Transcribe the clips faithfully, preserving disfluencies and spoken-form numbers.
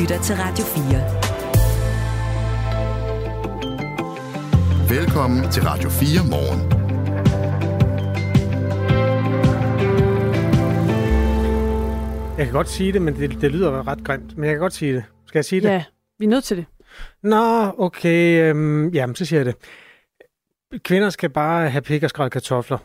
lytter til Radio fire. Velkommen til Radio fire Morgen. Jeg kan godt sige det, men det, det lyder ret grimt. Men jeg kan godt sige det. Skal jeg sige det? Ja, vi er nødt til det. Nå, okay. Øhm, jamen, så siger jeg det. Kvinder skal bare have pik og skræd kartofler.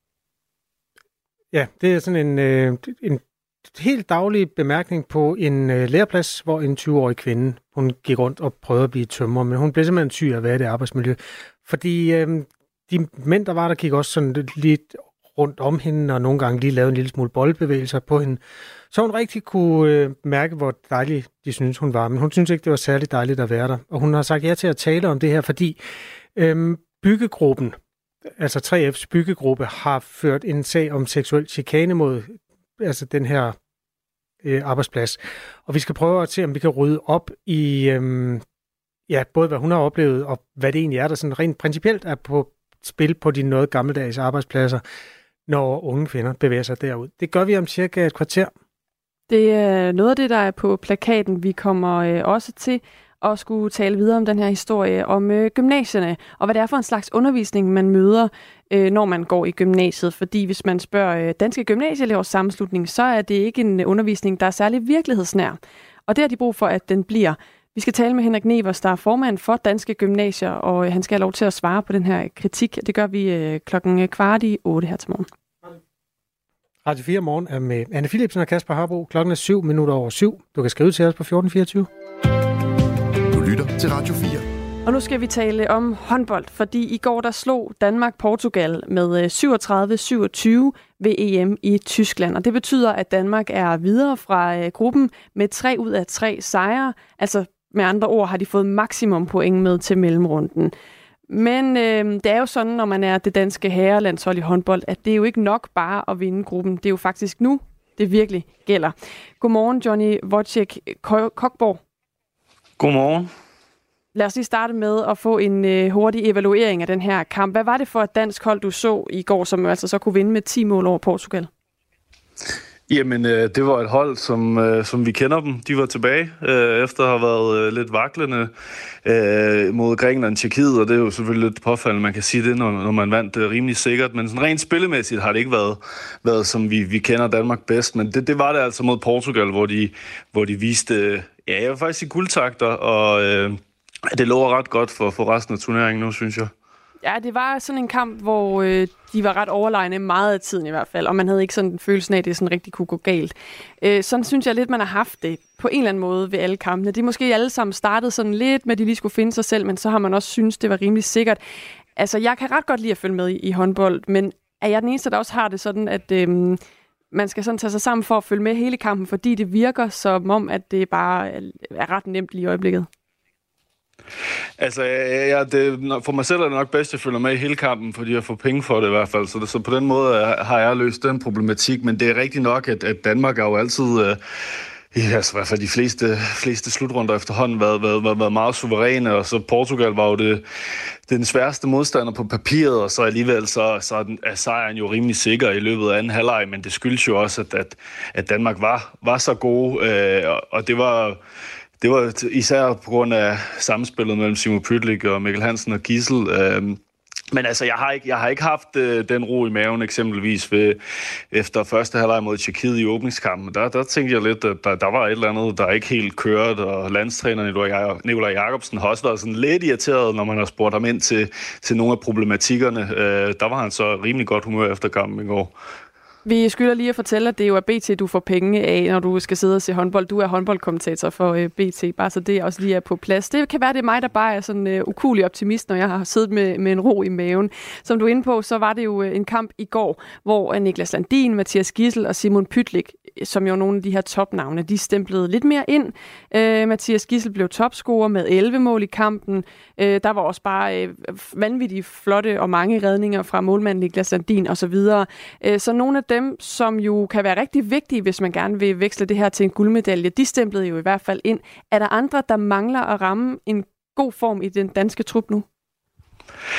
Ja, det er sådan en, øh, en helt daglig bemærkning på en øh, læreplads, hvor en tyve-årig kvinde, hun gik rundt og prøvede at blive tømrer, men hun blev simpelthen syg af at være i det arbejdsmiljø. Fordi øh, de mænd, der var der, gik også sådan lidt rundt om hende, og nogle gange lige lavede en lille smule boldbevægelser på hende. Så hun rigtig kunne øh, mærke, hvor dejlig de synes hun var. Men hun synes ikke, det var særlig dejligt at være der. Og hun har sagt ja til at tale om det her, fordi øh, byggegruppen, altså tre F's byggegruppe, har ført en sag om seksuel chikane mod altså den her øh, arbejdsplads. Og vi skal prøve at se, om vi kan rydde op i øh, ja, både hvad hun har oplevet, og hvad det egentlig er, der sådan rent principielt er på spil på de noget gammeldags arbejdspladser, når unge kvinder bevæger sig derud. Det gør vi om cirka et kvarter. Det er noget af det, der er på plakaten. Vi kommer øh, også til at skulle tale videre om den her historie om øh, gymnasierne, og hvad det er for en slags undervisning, man møder, øh, når man går i gymnasiet. Fordi hvis man spørger øh, Danske Gymnasieelevers Sammenslutning, så er det ikke en undervisning, der er særlig virkelighedsnær. Og det har de brug for, at den bliver. Vi skal tale med Henrik Nevers, der er formand for Danske Gymnasier, og øh, han skal have lov til at svare på den her kritik. Det gør vi øh, klokken kvart i otte her til morgen. Radio fire Morgen er med Anne Philipsen og Kasper Harbo. Klokken er syv minutter over syv. Du kan skrive til os på fjorten fireogtyve. Du lytter til Radio fire. Og nu skal vi tale om håndbold, fordi i går der slog Danmark Portugal med syvogtredive syvogtyve ved E M i Tyskland. Og det betyder, at Danmark er videre fra gruppen med tre ud af tre sejre. Altså med andre ord har de fået maksimum point med til mellemrunden. Men øh, det er jo sådan, når man er det danske herrelandshold i håndbold, at det er jo ikke nok bare at vinde gruppen. Det er jo faktisk nu, det virkelig gælder. Godmorgen, Johnny Wojciech Kokborg. Godmorgen. Lad os lige starte med at få en øh, hurtig evaluering af den her kamp. Hvad var det for et dansk hold, du så i går, som altså så kunne vinde med ti mål over Portugal? Jamen, øh, det var et hold, som, øh, som vi kender dem. De var tilbage, øh, efter at have været øh, lidt vaklende øh, mod Grækenland og Tjekkiet, og det er jo selvfølgelig lidt påfaldende, man kan sige det, når, når man vandt øh, rimelig sikkert. Men sådan rent spillemæssigt har det ikke været, været som vi, vi kender Danmark bedst, men det, det var det altså mod Portugal, hvor de, hvor de viste, øh, ja, jeg vil faktisk sige guldtakter, og øh, det lover ret godt for, for resten af turneringen nu, synes jeg. Ja, det var sådan en kamp, hvor øh, de var ret overlegne meget af tiden i hvert fald, og man havde ikke sådan følelsen af, at det sådan rigtig kunne gå galt. Øh, sådan synes jeg lidt, man har haft det på en eller anden måde ved alle kampene. De måske alle sammen startede sådan lidt med, at de lige skulle finde sig selv, men så har man også synes det var rimelig sikkert. Altså, jeg kan ret godt lide at følge med i, i håndbold, men er jeg den eneste, der også har det sådan, at øh, man skal sådan tage sig sammen for at følge med hele kampen, fordi det virker som om, at det bare er ret nemt lige i øjeblikket? Altså, ja, det, for mig selv er det nok bedst, at jeg følger med i hele kampen, fordi jeg får penge for det i hvert fald. Så, det, så på den måde har jeg løst den problematik, men det er rigtigt nok, at, at Danmark er jo altid, øh, ja, altså i hvert fald de fleste, fleste slutrunder efterhånden, været, været, været, været meget suveræne, og så Portugal var jo det, den sværeste modstander på papiret, og så alligevel så, så er, den, er sejren jo rimelig sikker i løbet af anden halvleg, men det skyldes jo også, at, at, at Danmark var, var så gode, øh, og, og det var... Det var især på grund af samspillet mellem Simon Pytlik og Mikkel Hansen og Gissel. Men altså, jeg har ikke, jeg har ikke haft den ro i maven eksempelvis ved, efter første halvleg mod Tjekkiet i åbningskampen. Der, der tænkte jeg lidt, at der, der var et eller andet, der ikke helt kørte, og landstræneren Nikolaj Jakobsen har også været sådan lidt irriteret, når man har spurgt ham ind til, til nogle af problematikkerne. Der var han så rimelig godt humør efter kampen i går. Vi skylder lige at fortælle, at det jo er B T, du får penge af, når du skal sidde og se håndbold. Du er håndboldkommentator for uh, B T, bare så det også lige er på plads. Det kan være, det er mig, der bare er sådan uh, ukulig optimist, når jeg har siddet med, med en ro i maven. Som du er inde på, så var det jo uh, en kamp i går, hvor uh, Niklas Landin, Mathias Gissel og Simon Pytlik, som jo nogle af de her topnavne, de stemplede lidt mere ind. Uh, Mathias Gissel blev topscorer med elleve mål i kampen. Uh, der var også bare uh, vanvittigt flotte og mange redninger fra målmanden Niklas Landin osv. Uh, så nogle af dem, som jo kan være rigtig vigtige, hvis man gerne vil veksle det her til en guldmedalje, de stemplede jo i hvert fald ind. Er der andre, der mangler at ramme en god form i den danske trup nu?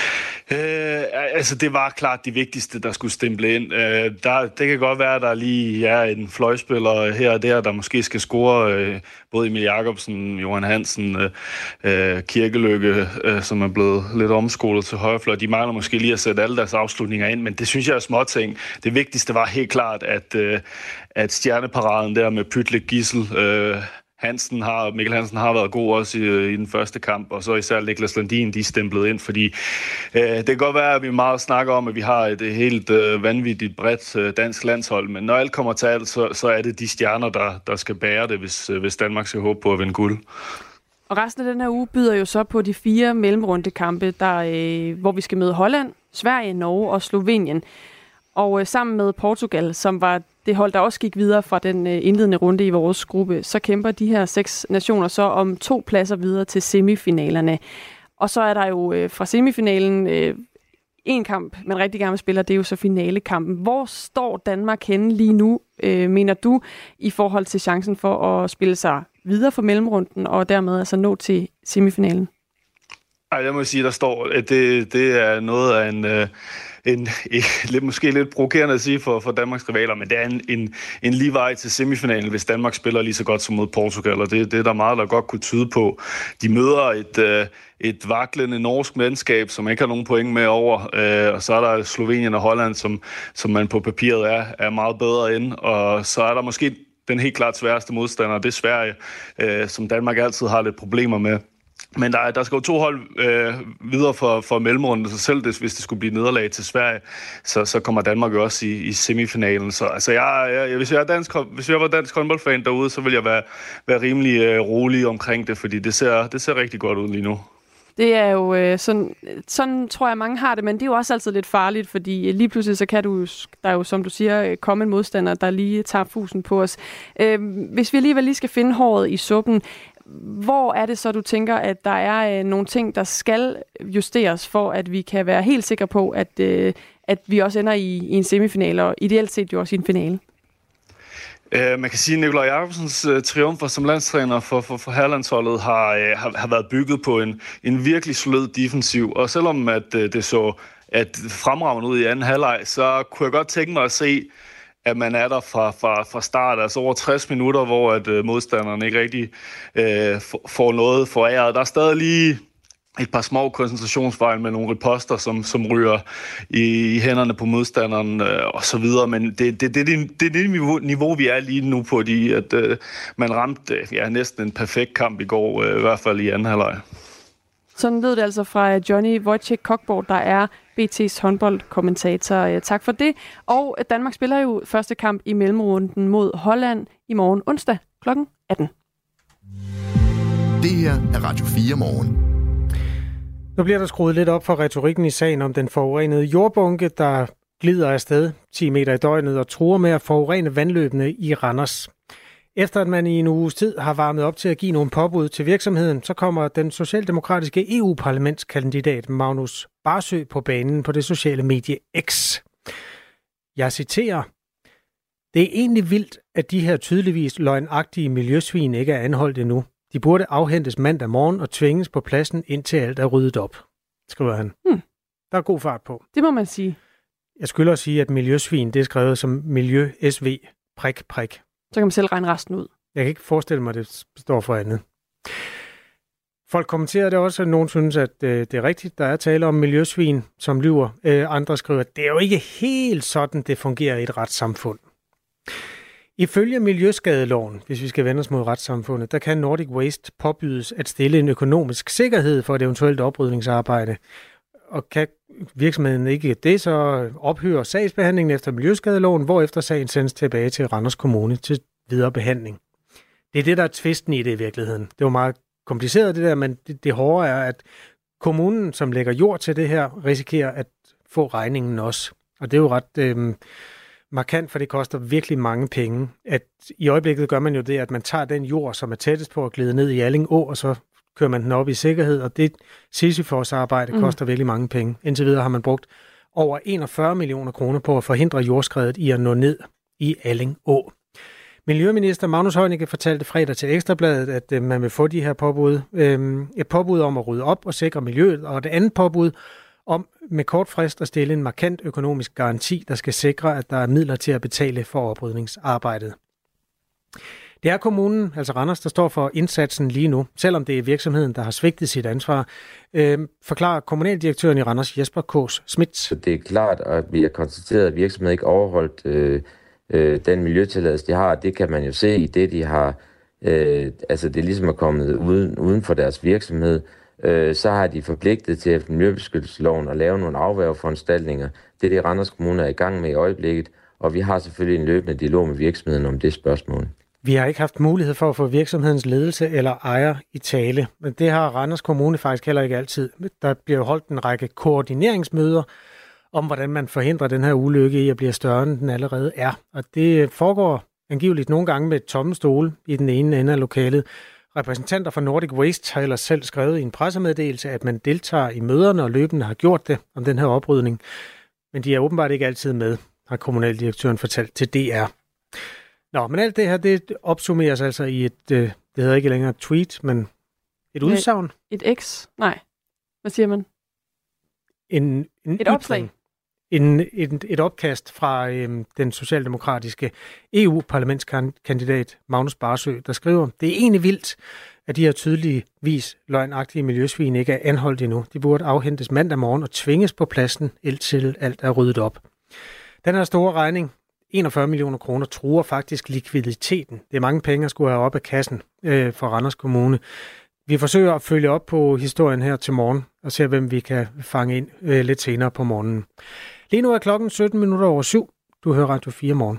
Øh, altså, det var klart de vigtigste, der skulle stemple ind. Øh, der, det kan godt være, at der lige er en fløjspiller her og der, der måske skal score. Øh, både Emil Jacobsen, Johan Hansen, øh, Kirkeløkke, øh, som er blevet lidt omskolet til højrefløj. De mangler måske lige at sætte alle deres afslutninger ind, men det synes jeg er småting. Det vigtigste var helt klart, at, øh, at stjerneparaden der med Pytlik, Gissel, øh, Hansen har, Mikkel Hansen har været god også i, i den første kamp, og så især Niklas Landin, de er stemplet ind, fordi øh, det kan godt være, at vi meget snakker om, at vi har et helt øh, vanvittigt bredt øh, dansk landshold, men når alt kommer til alt, så, så er det de stjerner, der, der skal bære det, hvis, øh, hvis Danmark skal håbe på at vinde guld. Og resten af den her uge byder jo så på de fire mellemrundekampe, der, øh, hvor vi skal møde Holland, Sverige, Norge og Slovenien. Og øh, sammen med Portugal, som var det hold, der også gik videre fra den øh, indledende runde i vores gruppe, så kæmper de her seks nationer så om to pladser videre til semifinalerne. Og så er der jo øh, fra semifinalen øh, en kamp, man rigtig gerne vil spille, det er jo så finalekampen. Hvor står Danmark henne lige nu, øh, mener du, i forhold til chancen for at spille sig videre for mellemrunden og dermed altså nå til semifinalen? Ej, jeg må sige, der står, at det, det er noget af en... Øh En, en, måske lidt provokerende at sige for, for Danmarks rivaler, men det er en, en, en lige vej til semifinalen, hvis Danmark spiller lige så godt som mod Portugal, og det, det er der meget, der godt kunne tyde på. De møder et, et vaklende norsk mandskab, som ikke har nogen point med over, og så er der Slovenien og Holland, som, som man på papiret er, er meget bedre end, og så er der måske den helt klart sværeste modstander, det er Sverige, som Danmark altid har lidt problemer med. Men der, der skal jo to hold øh, videre for, for mellemrunden, så selv det, hvis det skulle blive nederlag til Sverige, så, så kommer Danmark jo også i, i semifinalen. Så altså, jeg, jeg, hvis, jeg er dansk, hvis jeg var dansk håndboldfan derude, så vil jeg være, være rimelig øh, rolig omkring det, fordi det ser, det ser rigtig godt ud lige nu. Det er jo øh, sådan, sådan tror jeg mange har det, men det er jo også altid lidt farligt, fordi lige pludselig så kan du, der er jo som du siger, komme en modstander, der lige tager fusen på os. Øh, hvis vi alligevel lige skal finde håret i suppen, hvor er det så, du tænker, at der er øh, nogle ting, der skal justeres, for at vi kan være helt sikre på, at, øh, at vi også ender i, i en semifinale, og ideelt set jo også i en finale? Uh, man kan sige, at Nikolaj Jacobsens uh, triumfer som landstræner for, for, for herrelandsholdet har, uh, har, har været bygget på en, en virkelig solid defensiv. Og selvom at, uh, det så at fremragende ud i anden halvleg, så kunne jeg godt tænke mig at se, at man er der fra, fra, fra start, altså over tres minutter, hvor at, uh, modstanderen ikke rigtig uh, får noget foræret. Der er stadig lige et par små koncentrationsfejl med nogle riposter, som, som ryger i, i hænderne på modstanderen øh, og så videre. Men det, det, det, det, det er det niveau, niveau, vi er lige nu på, de, at øh, man ramte ja, næsten en perfekt kamp i går, øh, i hvert fald i anden halvleg. Sådan lød det altså fra Johnny Wojciech Kokborg, der er B T's håndboldkommentator. Tak for det. Og Danmark spiller jo første kamp i mellemrunden mod Holland i morgen onsdag klokken atten. Det her er Radio fire Morgen. Nu bliver der skruet lidt op for retorikken i sagen om den forurenede jordbunke, der glider afsted ti meter i døgnet og truer med at forurene vandløbene i Randers. Efter at man i en uges tid har varmet op til at give nogle påbud til virksomheden, så kommer den socialdemokratiske E U-parlamentskandidat Magnus Barsø på banen på det sociale medie X. Jeg citerer: "Det er egentlig vildt, at de her tydeligvis løgnagtige miljøsvin ikke er anholdt endnu. De burde afhentes mandag morgen og tvinges på pladsen, indtil alt er ryddet op", skriver han. Hmm. Der er god fart på. Det må man sige. Jeg skylder at sige, at miljøsvin, det er skrevet som miljø S V prik prik. Så kan man selv regne resten ud. Jeg kan ikke forestille mig, at det står for andet. Folk kommenterer det også, at nogen synes, at øh, det er rigtigt. Der er tale om miljøsvin, som lyver. Øh, andre skriver, at det er jo ikke helt sådan, det fungerer i et retssamfund. Ifølge miljøskadeloven, hvis vi skal vende os mod retssamfundet, der kan Nordic Waste påbydes at stille en økonomisk sikkerhed for et eventuelt oprydningsarbejde. Og kan virksomheden ikke det, så ophører sagsbehandlingen efter miljøskadeloven, hvorefter sagen sendes tilbage til Randers Kommune til videre behandling. Det er det, der er tvisten i det i virkeligheden. Det var meget kompliceret det der, men det, det hårde er, at kommunen, som lægger jord til det her, risikerer at få regningen også. Og det er jo ret øh, markant, for det koster virkelig mange penge. At i øjeblikket gør man jo det, at man tager den jord, som er tættest på at glide ned i Alling Å, og så kører man den op i sikkerhed, og det Sisyfos-arbejde mm. koster virkelig mange penge. Indtil videre har man brugt over enogfyrre millioner kroner på at forhindre jordskredet i at nå ned i Alling Å. Miljøminister Magnus Heunicke fortalte fredag til Ekstrabladet, at øh, man vil få de her påbud. Øh, et påbud om at rydde op og sikre miljøet, og et andet påbud om med kort frist at stille en markant økonomisk garanti, der skal sikre, at der er midler til at betale for oprydningsarbejdet. Det er kommunen, altså Randers, der står for indsatsen lige nu, selvom det er virksomheden, der har svigtet sit ansvar, øh, forklarer kommunaldirektøren i Randers, Jesper Kaas Schmidt. Det er klart, at vi har konstateret, at virksomheden ikke overholdt øh, øh, den miljøtilladelse, de har. Det kan man jo se i det, de har. Øh, altså det ligesom er kommet uden, uden for deres virksomhed. Øh, så har de forpligtet til efter miljøbeskyttelsesloven at lave nogle afværgeforanstaltninger. Det er det, Randers Kommune er i gang med i øjeblikket, og vi har selvfølgelig en løbende dialog med virksomheden om det spørgsmål. Vi har ikke haft mulighed for at få virksomhedens ledelse eller ejer i tale, men det har Randers Kommune faktisk heller ikke altid. Der bliver holdt en række koordineringsmøder om, hvordan man forhindrer den her ulykke i at blive større, end den allerede er. Og det foregår angiveligt nogle gange med tomme stole i den ene ende af lokalet. Repræsentanter fra Nordic Waste har ellers selv skrevet i en pressemeddelelse, at man deltager i møderne og løbende har gjort det om den her oprydning. Men de er åbenbart ikke altid med, har kommunaldirektøren fortalt til D R. Nå, men alt det her, det opsummeres altså i et, det hedder ikke længere et tweet, men et udsagn. Et X? Nej. Hvad siger man? En, en et opslag. En, et, et opkast fra øhm, den socialdemokratiske E U-parlamentskandidat Magnus Barsø, der skriver, det er egentlig vildt, at de her tydeligvis løgnagtige miljøsvin ikke er anholdt endnu. De burde afhentes mandag morgen og tvinges på pladsen, indtil alt er ryddet op. Den her store regning, enogfyrre millioner kroner, truer faktisk likviditeten. Det er mange penge at skulle have op af kassen øh, for Randers Kommune. Vi forsøger at følge op på historien her til morgen og se, hvem vi kan fange ind øh, lidt senere på morgenen. Lige nu er klokken sytten minutter over syv. Du hører Radio fire morgen.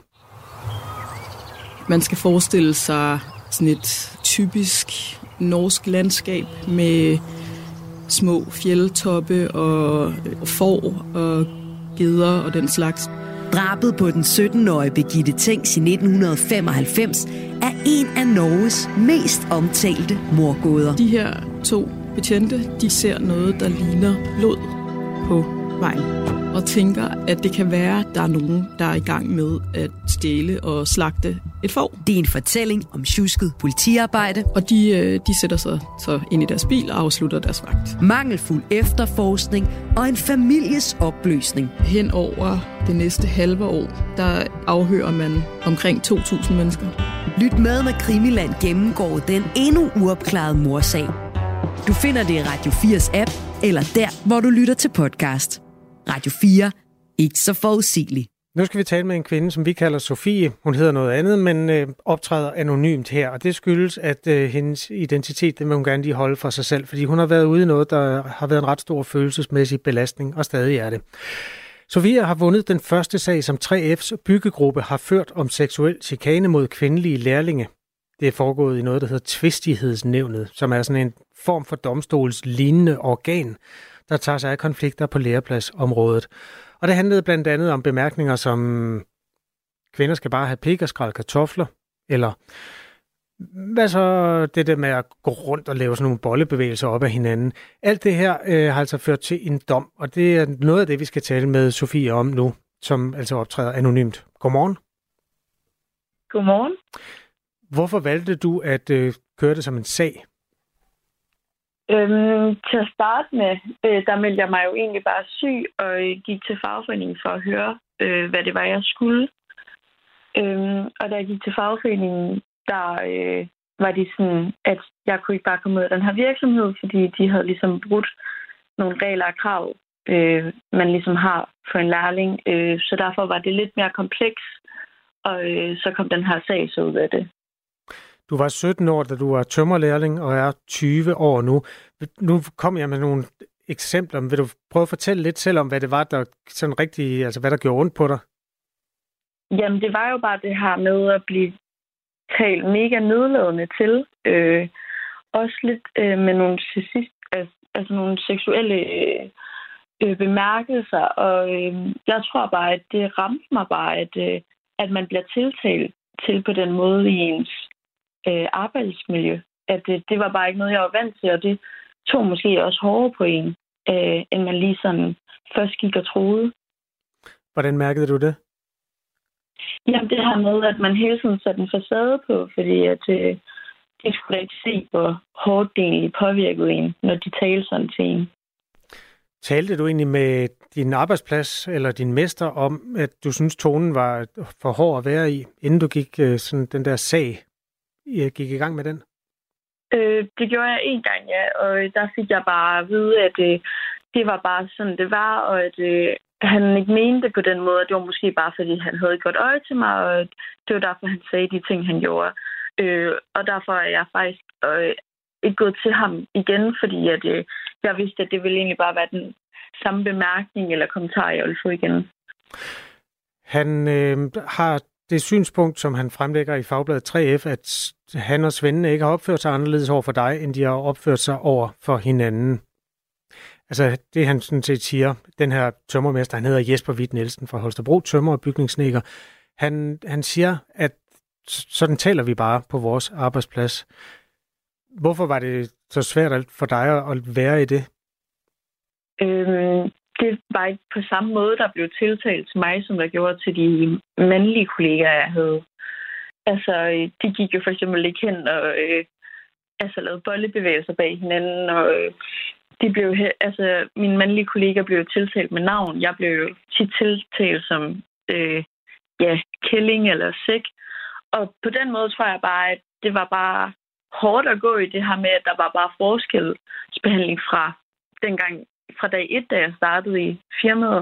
Man skal forestille sig sådan et typisk norsk landskab med små fjeldtoppe og får og geder og den slags. Drabet på den sytten-årige Birgitte Tengs i nitten femoghalvfems er en af Norges mest omtalte mordgåder. De her to betjente, de ser noget, der ligner blod på vejen, og tænker, at det kan være, at der er nogen, der er i gang med at stjæle og slagte et får. Det er en fortælling om sjusket politiarbejde. Og de, de sætter sig så ind i deres bil og afslutter deres vagt. Mangelfuld efterforskning og en families opløsning. Hen over det næste halve år, der afhører man omkring to tusind mennesker. Lyt med, når Krimiland gennemgår den endnu uopklarede mordsag. Du finder det i Radio fires app, eller der, hvor du lytter til podcast. Radio fire. Ikke så forudsigeligt. Nu skal vi tale med en kvinde, som vi kalder Sofie. Hun hedder noget andet, men øh, optræder anonymt her. Og det skyldes, at øh, hendes identitet, det vil hun gerne lige holde for sig selv. Fordi hun har været ude i noget, der har været en ret stor følelsesmæssig belastning, og stadig er det. Sofie har vundet den første sag, som tre F's byggegruppe har ført om seksuel chikane mod kvindelige lærlinge. Det er foregået i noget, der hedder Tvistighedsnævnet, som er sådan en form for domstolslignende organ, der tager sig af konflikter på lærepladsområdet. Og det handlede blandt andet om bemærkninger som, kvinder skal bare have pik og skrælle kartofler, eller hvad så det der med at gå rundt og lave sådan nogle bollebevægelser op af hinanden. Alt det her øh, har altså ført til en dom, og det er noget af det, vi skal tale med Sofie om nu, som altså optræder anonymt. Godmorgen. Godmorgen. Hvorfor valgte du at øh, køre det som en sag? Øhm, til at starte med, øh, der meldte jeg mig jo egentlig bare syg og øh, gik til fagforeningen for at høre, øh, hvad det var, jeg skulle. Øhm, og da jeg gik til fagforeningen, der øh, var de sådan, at jeg kunne ikke bare komme ud af den her virksomhed, fordi de havde ligesom brudt nogle regler og krav, øh, man ligesom har for en lærling. Øh, så derfor var det lidt mere kompleks, og øh, så kom den her sag så ud af det. Du var sytten år, da du var tømrerlærling, og er tyve år nu. Nu kom jeg med nogle eksempler. Vil du prøve at fortælle lidt selv om, hvad det var, der sådan rigtig, altså hvad der gjorde ondt på dig? Jamen, det var jo bare det her med at blive talt mega nedladende til. Øh, også lidt øh, med nogle, altså, altså nogle seksuelle øh, bemærkelser. Og øh, jeg tror bare, at det ramte mig bare, at, øh, at man bliver tiltalt til på den måde i ens øh, arbejdsmiljø. At det, det var bare ikke noget, jeg var vant til, og det tog måske også hårdere på en, øh, end man lige sådan først gik og troede. Hvordan mærkede du det? Jamen det her med, at man hele tiden satte en facade på, fordi at øh, de skulle ikke se, hvor hårdt det egentlig påvirkede en, når de talte sådan til en. talte du egentlig med din arbejdsplads eller din mester om, at du synes, tonen var for hård at være i, inden du gik sådan den der sag, gik i gang med den? Øh, det gjorde jeg en gang, ja, og der fik jeg bare at vide, at øh, det var bare sådan, det var, og at øh, han ikke mente det på den måde, at det var måske bare, fordi han havde et godt øje til mig, og det var derfor, han sagde de ting, han gjorde. Øh, og derfor er jeg faktisk øh, ikke gået til ham igen, fordi at, øh, jeg vidste, at det ville egentlig bare være den samme bemærkning eller kommentar, jeg ville få igen. Han øh, har det synspunkt, som han fremlægger i Fagbladet tre F, at han og svendene ikke har opført sig anderledes over for dig, end de har opført sig over for hinanden. Altså det, han sådan set siger, den her tømmermester, han hedder Jesper Hvidt Nielsen fra Holstebro, tømrer og bygningssnedker, han, han siger, at sådan taler vi bare på vores arbejdsplads. Hvorfor var det så svært for dig at være i det? Øhm, det var ikke på samme måde, der blev tiltalt til mig, som der gjorde til de mandlige kollegaer, jeg havde. Altså, de gik jo for eksempel ikke hen og øh, altså, lavede bollebevægelser bag hinanden, og øh, de blev, altså, mine mandlige kollegaer blev tiltalt med navn. Jeg blev tit tiltalt som øh, ja, kælling eller sæk. Og på den måde tror jeg bare, at det var bare hårdt at gå i det her med, at der var bare forskelsbehandling fra dengang, fra dag et, da jeg startede i firmaet.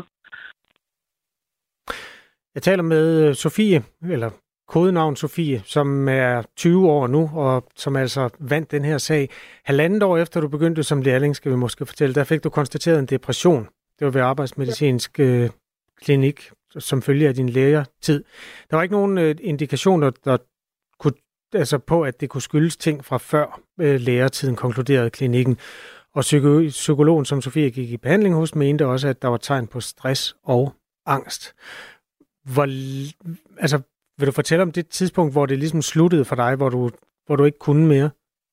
Jeg taler med Sofie, eller kodenavn Sofie, som er tyve år nu, og som altså vandt den her sag. Halvandet år efter du begyndte som lærling, skal vi måske fortælle, der fik du konstateret en depression. Det var ved arbejdsmedicinsk øh, klinik, som følge af din lægertid. Der var ikke nogen øh, indikationer, der kunne, altså på, at det kunne skyldes ting fra før øh, lægertiden, konkluderede klinikken. Og psyko- psykologen, som Sofie gik i behandling hos, mente også, at der var tegn på stress og angst. Hvor, altså, vil du fortælle om det tidspunkt, hvor det ligesom sluttede for dig, hvor du, hvor du ikke kunne mere?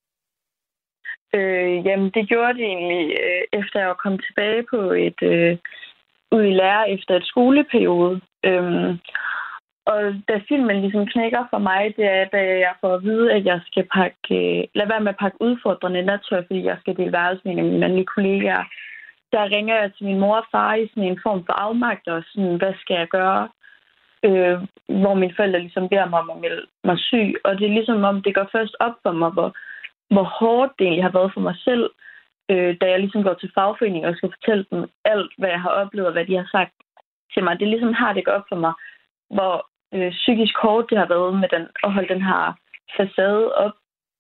Øh, jamen, det gjorde det egentlig, øh, efter jeg kom tilbage på et øh, ud i lære efter et skoleperiode. Øhm, og da filmen ligesom knækker for mig, det er, da jeg får at vide, at jeg skal pakke, øh, lade være med at pakke udfordrende nattøj, fordi jeg skal dele værelse med mine mandlige kollegaer. Der ringer jeg til min mor og far i sådan en form for afmagt, og sådan, hvad skal jeg gøre? Øh, hvor mine forældre ligesom beder mig om at melde mig syg. Og det er ligesom om, det går først op for mig, hvor, hvor hårdt det egentlig har været for mig selv, øh, da jeg ligesom går til fagforeningen og skal fortælle dem alt, hvad jeg har oplevet, og hvad de har sagt til mig. Det er ligesom her, det går op for mig, hvor øh, psykisk hårdt det har været med den, at holde den her facade op.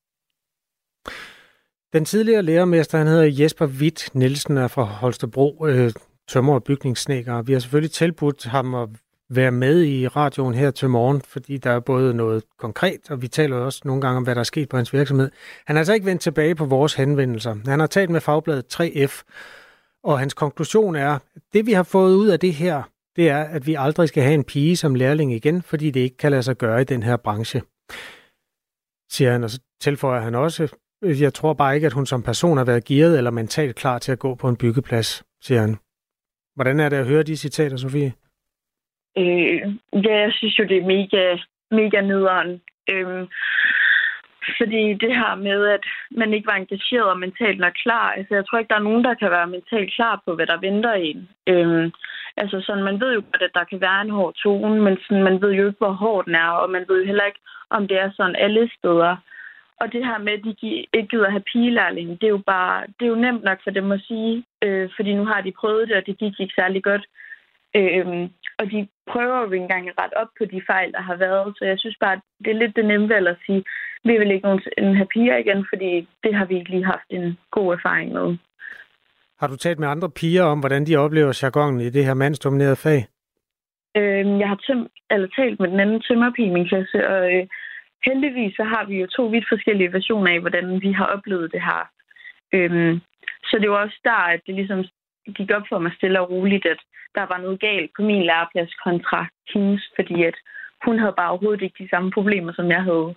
Den tidligere lærermester, han hedder Jesper Hvidt Nielsen, er fra Holstebro, øh, tømrer og bygningssnedker. Vi har selvfølgelig tilbudt ham at være med i radioen her til morgen, fordi der er både noget konkret, og vi taler også nogle gange om, hvad der er sket på hans virksomhed. Han har altså ikke vendt tilbage på vores henvendelser. Han har talt med Fagbladet tre F, og hans konklusion er, at det vi har fået ud af det her, det er, at vi aldrig skal have en pige som lærling igen, fordi det ikke kan lade sig gøre i den her branche, siger han, og så tilføjer han også, jeg tror bare ikke, at hun som person har været gearet eller mentalt klar til at gå på en byggeplads, siger han. Hvordan er det at høre de citater, Sofie? Øh, ja, jeg synes jo, det er mega, mega nederen. Øh, fordi det her med, at man ikke var engageret og mentalt nok klar. Altså, jeg tror ikke, der er nogen, der kan være mentalt klar på, hvad der venter en. Øh, altså, sådan, man ved jo godt, at der kan være en hård tone, men sådan, man ved jo ikke, hvor hård den er, og man ved jo heller ikke, om det er sådan alle steder. Og det her med, at de ikke gider at have pigelærling, det er jo bare, det er jo nemt nok for dem at sige, øh, fordi nu har de prøvet det, og det gik ikke særlig godt. Øhm, og de prøver jo ikke engang at rette op på de fejl, der har været. Så jeg synes bare, det er lidt det nemme valg at sige, vi vil ikke nogen have piger igen, fordi det har vi ikke lige haft en god erfaring med. Har du talt med andre piger om, hvordan de oplever jargonen i det her mandsdominerede fag? Øhm, jeg har tøm- eller talt med den anden tømmerpige i min klasse, og øh, heldigvis så har vi jo to vidt forskellige versioner af, hvordan vi har oplevet det her. Øhm, så det var også der, at det ligesom gik op for mig stille og roligt, at der var noget galt på min læreplads kontra hendes, fordi at hun havde bare overhovedet ikke de samme problemer, som jeg havde.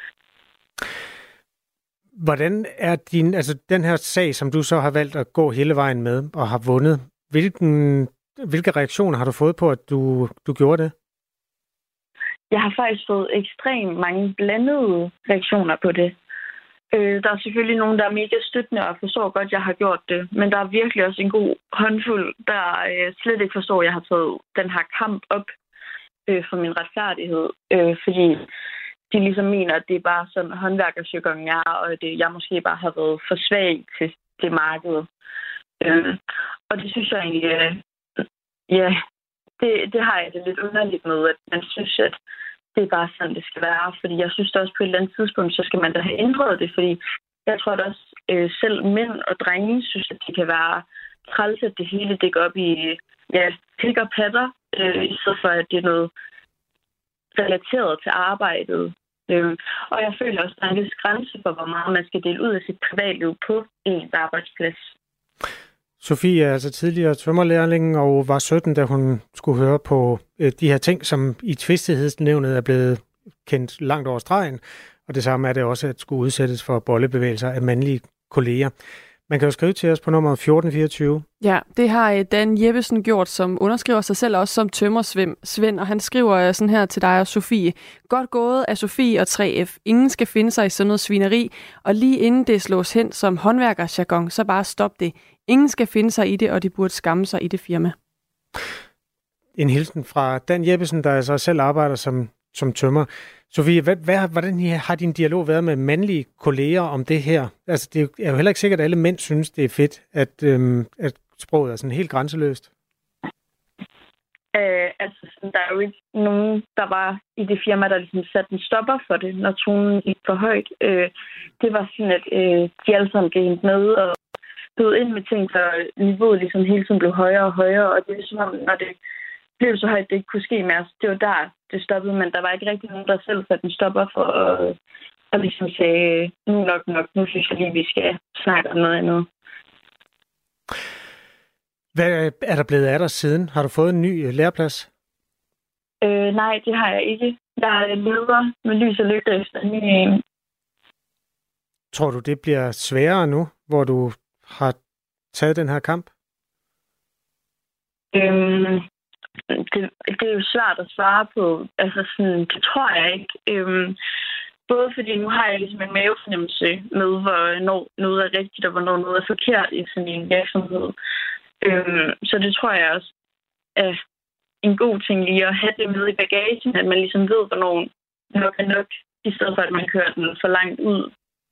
Hvordan er din, altså den her sag, som du så har valgt at gå hele vejen med og har vundet, hvilken, hvilke reaktioner har du fået på, at du, du gjorde det? Jeg har faktisk fået ekstremt mange blandede reaktioner på det. Øh, der er selvfølgelig nogen, der er mega støttende og forstår godt, at jeg har gjort det. Men der er virkelig også en god håndfuld, der øh, slet ikke forstår, at jeg har taget den her kamp op øh, for min retfærdighed. Øh, fordi de ligesom mener, at det er bare sådan, håndværkersjargonen er, og at jeg måske bare har været for svag til det marked. Øh, og det synes jeg egentlig, øh, ja, det, det har jeg det lidt underligt med, at man synes, at det er bare sådan, det skal være. Fordi jeg synes da også på et eller andet tidspunkt, så skal man da have ændret det. Fordi jeg tror at også øh, selv mænd og drenge synes, at det kan være træls, at det hele dækker op i ja, pik og patter, øh, i stedet for, at det er noget relateret til arbejdet. Øh, og jeg føler også, at der er en vis grænse for, hvor meget man skal dele ud af sit privatliv på ens arbejdsplads. Sofie er altså tidligere tømmerlærling og var sytten, da hun skulle høre på øh, de her ting, som i tvistighedsnævnet er blevet kendt langt over stregen. Og det samme er det også, at skulle udsættes for bollebevægelser af mandlige kolleger. Man kan jo skrive til os på nummer fjorten fireogtyve. Ja, det har Dan Jeppesen gjort, som underskriver sig selv også som tømmersvend, og han skriver sådan her til dig og Sofie. Godt gået af Sofie og tre F. Ingen skal finde sig i sådan noget svineri, og lige inden det slås hen som håndværkersjargon, så bare stop det. Ingen skal finde sig i det, og de burde skamme sig i det firma. En hilsen fra Dan Jeppesen, der altså selv arbejder som, som tømmer. Sofie, hvad, hvad, hvordan har din dialog været med mandlige kolleger om det her? Altså, det er jo heller ikke sikkert, at alle mænd synes, det er fedt, at, øhm, at sproget er sådan helt grænseløst. Øh, altså, der er jo ikke nogen, der var i det firma, der ligesom satte en stopper for det, når tonen gik for højt. Øh, det var sådan, at øh, de alle sammen gik med og bød ind med ting, så niveauet ligesom hele tiden blev højere og højere, og det er ligesom, når det blev så højt, at det ikke kunne ske mere. Det var der, det stoppede, men der var ikke rigtig nogen, der selv satte en stopper for at, at ligesom sige, nu nok nok, nu synes jeg lige, vi skal snakke om noget andet. Hvad er der blevet af dig siden? Har du fået en ny læreplads? Øh, nej, det har jeg ikke. Jeg er leder med lys og lygte efter en ny en. Tror du, det bliver sværere nu, hvor du har taget den her kamp? Øhm, det, det er jo svært at svare på. Altså sådan, det tror jeg ikke. Øhm, både fordi nu har jeg ligesom en mavefornemmelse med, hvornår noget er rigtigt, og hvornår noget er forkert i sådan en virksomhed. Øhm, så det tror jeg også er en god ting lige at have det med i bagagen, at man ligesom ved, hvornår nok er nok, i stedet for at man kører den for langt ud.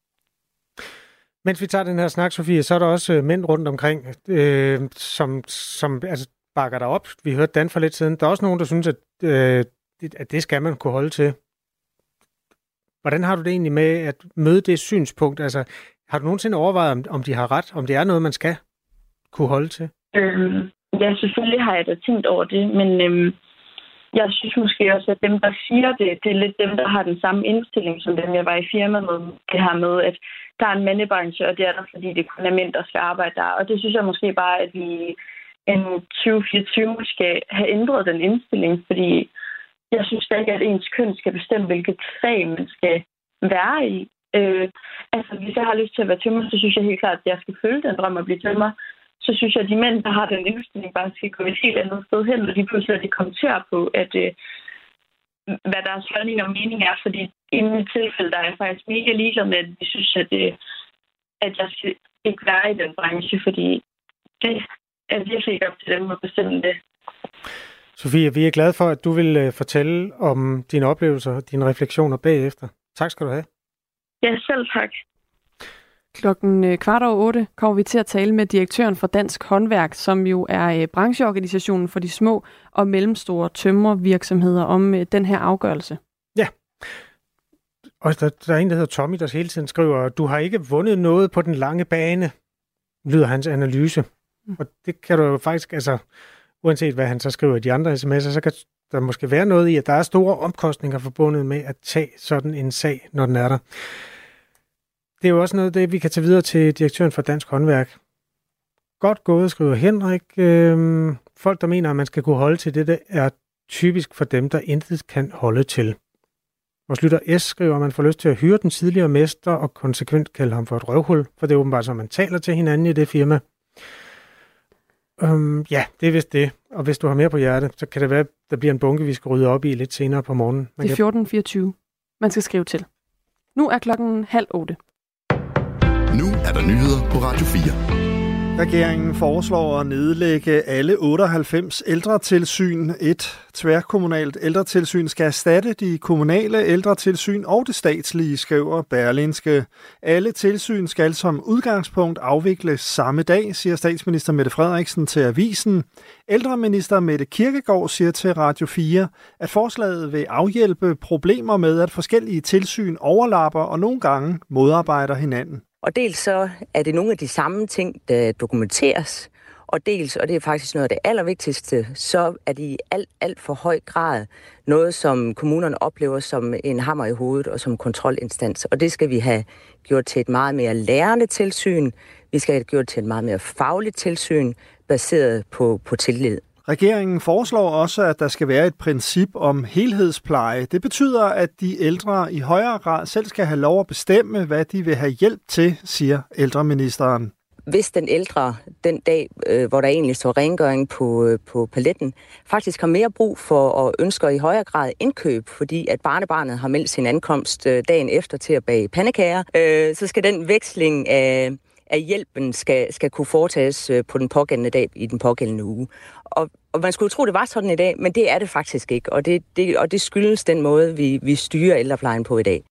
Mens vi tager den her snak, Sofie, så er der også mænd rundt omkring, øh, som, som altså, bakker dig op. Vi hørte Dan for lidt siden. Der er også nogen, der synes, at, øh, at det skal man kunne holde til. Hvordan har du det egentlig med at møde det synspunkt? Altså, har du nogensinde overvejet, om, om de har ret? Om det er noget, man skal kunne holde til? Øhm, ja, selvfølgelig har jeg da tænkt over det, men øhm, jeg synes måske også, at dem, der siger det, det er lidt dem, der har den samme indstilling, som dem, jeg var i firma med. Det her med, at der er en mandebranche, og det er der, fordi det kun er mænd, der skal arbejde der. Og det synes jeg måske bare, at vi en tyve fireogtyve skal have ændret den indstilling, fordi jeg synes da ikke, at ens køn skal bestemme, hvilket fag man skal være i. Øh, altså, hvis jeg har lyst til at være tømmer, så synes jeg helt klart, at jeg skal følge den drøm at blive tømmer. Så synes jeg, at de mænd, der har den indstilling, bare skal gå et helt andet sted hen, og de pludselig de kommenterer på, at øh, hvad deres holdning og mening er. Fordi i mit tilfælde, der er jeg faktisk mega ligeglad med, at de synes, at, øh, at jeg skal ikke være i den branche, fordi det er virkelig ikke op til dem at bestemme det. Sofie, vi er glade for, at du vil øh, fortælle om dine oplevelser og dine refleksioner bagefter. Tak skal du have. Ja, selv tak. Klokken kvart over otte kommer vi til at tale med direktøren for Dansk Håndværk, som jo er brancheorganisationen for de små og mellemstore tømmervirksomheder, om den her afgørelse. Ja, og der, der er en, der hedder Tommy, der hele tiden skriver, du har ikke vundet noget på den lange bane, lyder hans analyse. Mm. Og det kan du jo faktisk, altså uanset hvad han så skriver i de andre sms'er, så kan der måske være noget i, at der er store omkostninger forbundet med at tage sådan en sag, når den er der. Det er jo også noget af det, vi kan tage videre til direktøren for Dansk Håndværk. Godt gået, skriver Henrik. Øhm, folk, der mener, at man skal kunne holde til det, det er typisk for dem, der intet kan holde til. Vores lytter S skriver, at man får lyst til at hyre den tidligere mester og konsekvent kalde ham for et røvhul, for det er åbenbart, som man taler til hinanden i det firma. Øhm, ja, det er vist det. Og hvis du har mere på hjertet, så kan det være, at der bliver en bunke, vi skal rydde op i lidt senere på morgenen. Man det er fjorten fireogtyve. Man skal skrive til. Nu er klokken halv otte. er der nyheder på Radio fire. Regeringen foreslår at nedlægge alle otteoghalvfems ældretilsyn. Et tværkommunalt ældretilsyn skal erstatte de kommunale ældretilsyn og det statslige, skriver Berlingske. Alle tilsyn skal som udgangspunkt afvikles samme dag, siger statsminister Mette Frederiksen til avisen. Ældreminister Mette Kirkegaard siger til Radio fire, at forslaget vil afhjælpe problemer med, at forskellige tilsyn overlapper og nogle gange modarbejder hinanden. Og dels så er det nogle af de samme ting, der dokumenteres, og dels, og det er faktisk noget af det allervigtigste, så er de i alt, alt for høj grad noget, som kommunerne oplever som en hammer i hovedet og som kontrolinstans. Og det skal vi have gjort til et meget mere lærende tilsyn. Vi skal have det gjort til et meget mere fagligt tilsyn, baseret på, på tillid. Regeringen foreslår også, at der skal være et princip om helhedspleje. Det betyder, at de ældre i højere grad selv skal have lov at bestemme, hvad de vil have hjælp til, siger ældreministeren. Hvis den ældre den dag, øh, hvor der egentlig står rengøring på, øh, på paletten, faktisk har mere brug for og ønsker i højere grad indkøb, fordi at barnebarnet har meldt sin ankomst øh, dagen efter til at bage pandekager, øh, så skal den veksling af, af hjælpen skal, skal kunne foretages øh, på den pågældende dag i den pågældende uge. Og, og man skulle tro, det var sådan i dag, men det er det faktisk ikke, og det, det, og det skyldes den måde, vi, vi styrer ældreplejen på i dag.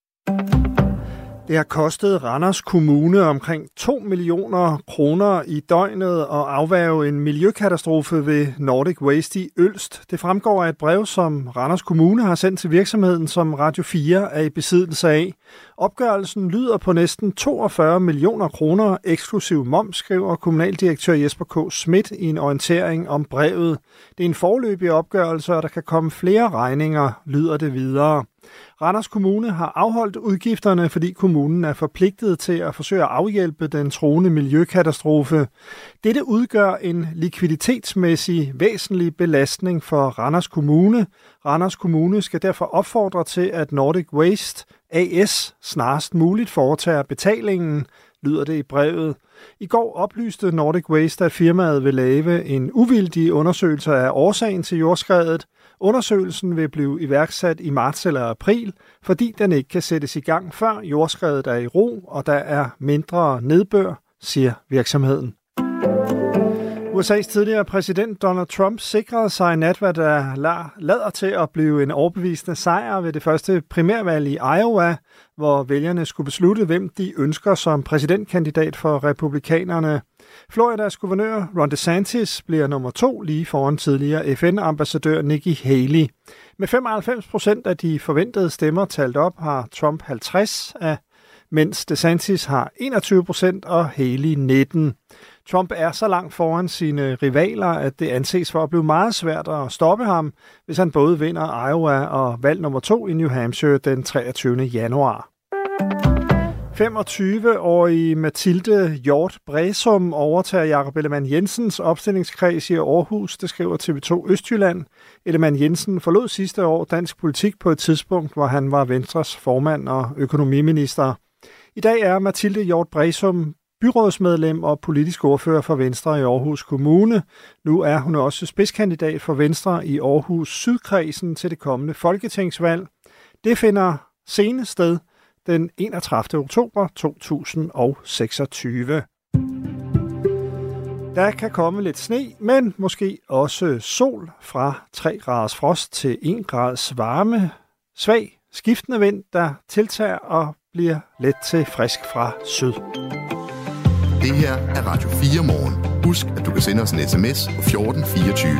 Det har kostet Randers Kommune omkring to millioner kroner i døgnet at afværge en miljøkatastrofe ved Nordic Waste i Ølst. Det fremgår af et brev, som Randers Kommune har sendt til virksomheden, som Radio fire er i besiddelse af. Opgørelsen lyder på næsten toogfyrre millioner kroner eksklusiv moms, skriver kommunaldirektør Jesper K. Schmidt i en orientering om brevet. Det er en foreløbig opgørelse, og der kan komme flere regninger, lyder det videre. Randers Kommune har afholdt udgifterne, fordi kommunen er forpligtet til at forsøge at afhjælpe den truende miljøkatastrofe. Dette udgør en likviditetsmæssig væsentlig belastning for Randers Kommune. Randers Kommune skal derfor opfordre til, at Nordic Waste A S snarest muligt foretager betalingen, lyder det i brevet. I går oplyste Nordic Waste, at firmaet vil lave en uvildig undersøgelse af årsagen til jordskredet. Undersøgelsen vil blive iværksat i marts eller april, fordi den ikke kan sættes i gang, før jordskredet er i ro, og der er mindre nedbør, siger virksomheden. U S A's tidligere præsident Donald Trump sikrede sig i nat, hvad der lader til at blive en overbevisende sejr ved det første primærvalg i Iowa, hvor vælgerne skulle beslutte, hvem de ønsker som præsidentkandidat for republikanerne. Floridas guvernør Ron DeSantis bliver nummer to lige foran tidligere F N-ambassadør Nikki Haley. Med femoghalvfems procent af de forventede stemmer talt op har Trump halvtreds af, mens DeSantis har enogtyve procent og Haley nitten. Trump er så langt foran sine rivaler, at det anses for at blive meget svært at stoppe ham, hvis han både vinder Iowa og valg nummer to i New Hampshire den treogtyvende januar. femogtyve-årige Mathilde Hjort Bræsum overtager Jakob Ellemann-Jensens opstillingskreds i Aarhus, det skriver T V to Østjylland. Ellemann-Jensen forlod sidste år dansk politik på et tidspunkt, hvor han var Venstres formand og økonomiminister. I dag er Mathilde Hjort Bræsum byrådsmedlem og politisk ordfører for Venstre i Aarhus Kommune. Nu er hun også spidskandidat for Venstre i Aarhus Sydkredsen til det kommende folketingsvalg. Det finder senest sted den enogtredivte oktober to tusind og seksogtyve. Der kan komme lidt sne, men måske også sol fra tre graders frost til en grads varme. Svag skiftende vind, der tiltager og bliver let til frisk fra syd. Det her er Radio fire morgen. Husk, at du kan sende os en sms på fjorten fireogtyve.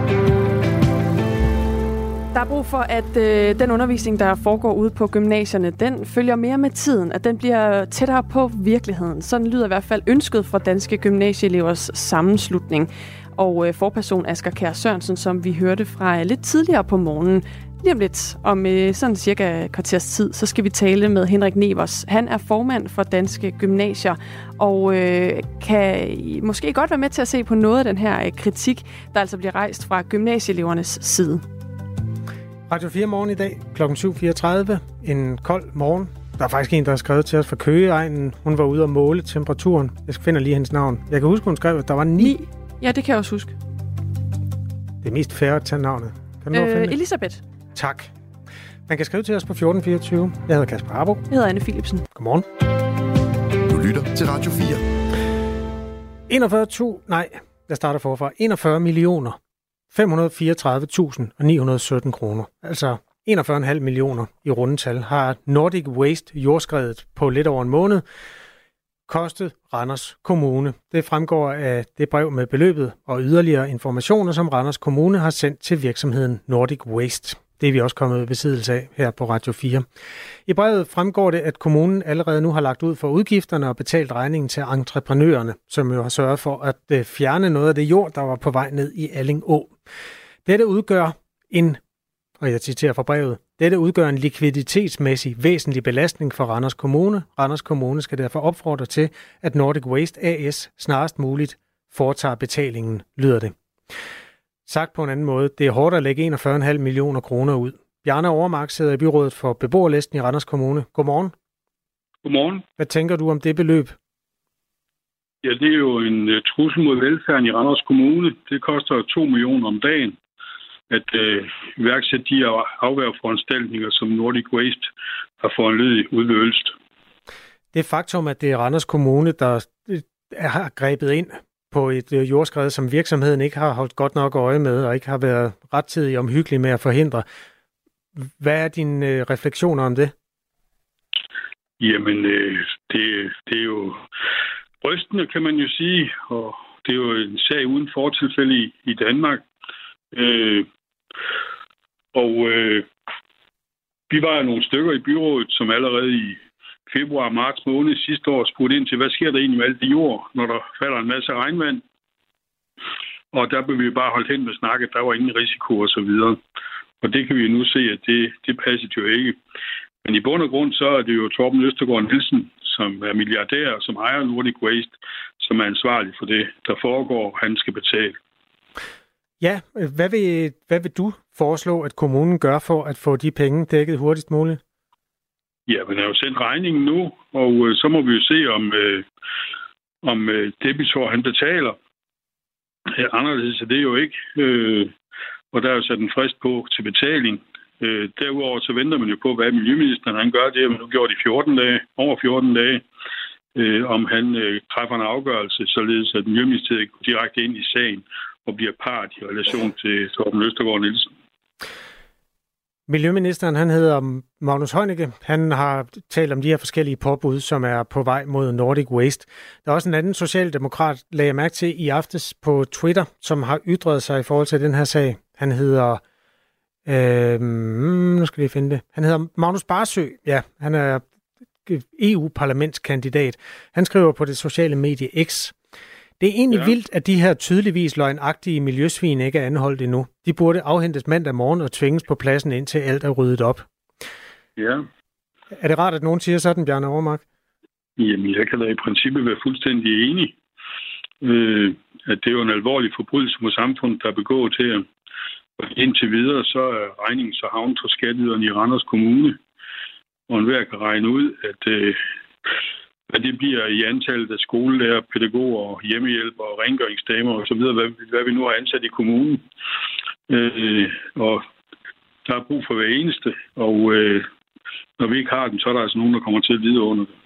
Der er brug for, at øh, den undervisning, der foregår ude på gymnasierne, den følger mere med tiden, at den bliver tættere på virkeligheden. Sådan lyder i hvert fald ønsket fra Danske Gymnasieelevers Sammenslutning. Og øh, forperson Asger Kjær Sørensen, som vi hørte fra lidt tidligere på morgenen, lige om lidt, om øh, sådan cirka kvarters tid, så skal vi tale med Henrik Nevers. Han er formand for Danske Gymnasier, og øh, kan måske godt være med til at se på noget af den her øh, kritik, der altså bliver rejst fra gymnasieelevernes side. Radio fire morgen i dag, klokken syv fireogtredive. En kold morgen. Der er faktisk en, der har skrevet til os fra Køgeegnen. Hun var ude og måle temperaturen. Jeg skal finde lige hendes navn. Jeg kan huske, hun skrev, at der var ni. Ja, det kan jeg også huske. Det er mest fair at tage navnet. Kan du øh, Elisabeth. Tak. Man kan skrive til os på fjorten fireogtyve. Jeg hedder Kasper Harbo. Jeg hedder Anne Philipsen. Godmorgen. Du lytter til Radio fire. enogfyrre tusind, nej, jeg starter forfra. enogfyrre millioner fem hundrede og fireogtredive tusind ni hundrede og sytten kroner. Altså enogfyrre komma fem millioner i rundetal har Nordic Waste jordskredet på lidt over en måned kostet Randers Kommune. Det fremgår af det brev med beløbet og yderligere informationer, som Randers Kommune har sendt til virksomheden Nordic Waste. Det er vi også kommet i besiddelse af her på Radio fire. I brevet fremgår det, at kommunen allerede nu har lagt ud for udgifterne og betalt regningen til entreprenørerne, som jo har sørget for at fjerne noget af det jord, der var på vej ned i Alling Å. Dette udgør en, og jeg citerer fra brevet, dette udgør en likviditetsmæssig væsentlig belastning for Randers Kommune. Randers Kommune skal derfor opfordre til, at Nordic Waste A S snarest muligt foretager betalingen, lyder det. Sagt på en anden måde, det er hårdt at lægge enogfyrre komma fem millioner kroner ud. Bjarne Overmark sidder i byrådet for beboerlisten i Randers Kommune. Godmorgen. Godmorgen. Hvad tænker du om det beløb? Ja, det er jo en uh, trussel mod velfærden i Randers Kommune. Det koster to millioner om dagen at uh, iværksætte de afværgeforanstaltninger, som Nordic Waste har foranlediget ude ved Ølst. Det faktum, at det er Randers Kommune, der har grebet ind på et jordskred, som virksomheden ikke har holdt godt nok øje med, og ikke har været rettidig omhyggelig med at forhindre. Hvad er dine øh, refleksioner om det? Jamen, øh, det, det er jo rystende, kan man jo sige, og det er jo en sag uden fortilfælde i, i Danmark. Øh, og øh, vi var jo nogle stykker i byrådet, som allerede i februar og marts måned sidste år spurgte ind til, hvad sker der egentlig med alt det jord, når der falder en masse regnvand. Og der blev vi bare holdt hen med snakket, der var ingen risiko og så videre. Og det kan vi nu se, at det, det passede jo ikke. Men i bund og grund, så er det jo Torben Østergaard Nielsen, som er milliardær, som ejer Nordic Waste, som er ansvarlig for det, der foregår, han skal betale. Ja, hvad vil, hvad vil du foreslå, at kommunen gør for at få de penge dækket hurtigst muligt? Ja, men jeg har jo sendt regningen nu, og øh, så må vi jo se, om, øh, om øh, debitor han betaler. Ja, anderledes er det jo ikke. Øh, og der er jo sat en frist på til betaling. Øh, derudover så venter man jo på, hvad miljøministeren han gør. Det har man nu gjort i fjorten dage, over fjorten dage, øh, om han øh, træffer en afgørelse, således at miljøministeriet går direkte ind i sagen og bliver part i relation til Torben Østergaard Nielsen. Miljøministeren, han hedder Magnus Heunicke. Han har talt om de her forskellige påbud, som er på vej mod Nordic Waste. Der er også en anden socialdemokrat, lagde jeg mærke til i aftes på Twitter, som har ytret sig i forhold til den her sag. Han hedder... Øh, nu skal jeg finde det. Han hedder Magnus Barsø. Ja, han er E U-parlamentskandidat. Han skriver på det sociale medie X. Det er egentlig ja. vildt, at de her tydeligvis løgnagtige miljøsvin ikke er anholdt endnu. De burde afhentes mandag morgen og tvinges på pladsen, indtil alt er ryddet op. Ja. Er det rart, at nogen siger sådan, Bjarne Overmark? Jamen, jeg kan da i princippet være fuldstændig enig. Øh, at det er jo en alvorlig forbrydelse mod samfundet, der er begået til at og indtil videre, så er regningen så havnet for skatteyderne i Randers Kommune. Og enhver kan regne ud, at øh, hvad det bliver i antallet af skolelærer, pædagoger, hjemmehjælpere og rengøringsdamer og så videre, hvad, hvad vi nu har ansat i kommunen. Øh, og der er brug for hver eneste, og øh, når vi ikke har dem, så er der altså nogen, der kommer til at lide under det.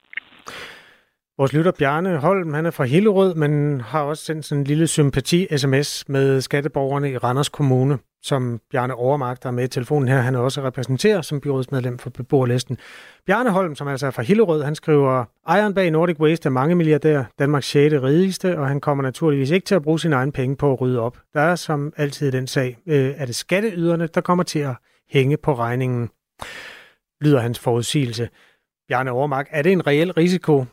Vores lytter Bjarne Holm, han er fra Hillerød, men har også sendt sådan en lille sympati-sms med skatteborgerne i Randers Kommune, som Bjarne Overmark, der er med i telefonen her, han også repræsenterer som byrådsmedlem for beboerlisten. Bjarne Holm, som altså er fra Hillerød, han skriver, ejeren bag Nordic Waste er mange milliardær, Danmarks sjette rigeste, og han kommer naturligvis ikke til at bruge sine egne penge på at rydde op. Der er som altid den sag, øh, er det skatteyderne, der kommer til at hænge på regningen, lyder hans forudsigelse. Bjarne Overmark, er det en reel risiko?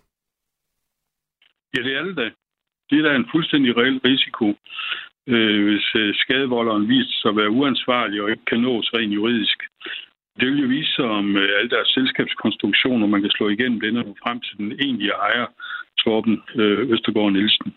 Ja, det er det da. Det er da en fuldstændig reel risiko, øh, hvis øh, skadevolderen viser sig at være uansvarlig og ikke kan nås rent juridisk. Det vil jo vise sig, om øh, alle deres selskabskonstruktioner, man kan slå igennem det, når frem til den egentlige ejer, Torben øh, Østergaard Nielsen.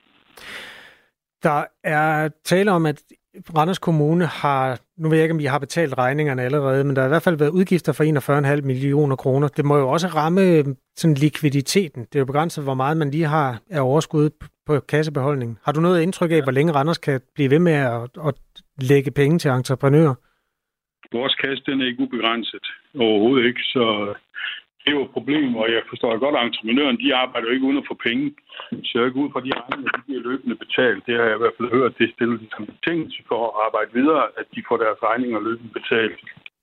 Der er tale om, at Randers Kommune har, nu ved jeg ikke, om I har betalt regningerne allerede, men der har i hvert fald været udgifter for enogfyrre komma fem millioner kroner. Det må jo også ramme sådan likviditeten. Det er jo begrænset, hvor meget man lige har af overskud på kassebeholdningen. Har du noget indtryk af, hvor længe Randers kan blive ved med at, at lægge penge til entreprenører? Vores kasse, den er ikke ubegrænset overhovedet ikke, så det er jo et problem, og jeg forstår godt, at entreprenøren, de arbejder jo ikke uden at få penge. Så jeg er ikke ud fra de regninger, de bliver løbende betalt. Det har jeg i hvert fald hørt, det stiller de som betingelse for at arbejde videre, at de får deres regninger løbende betalt.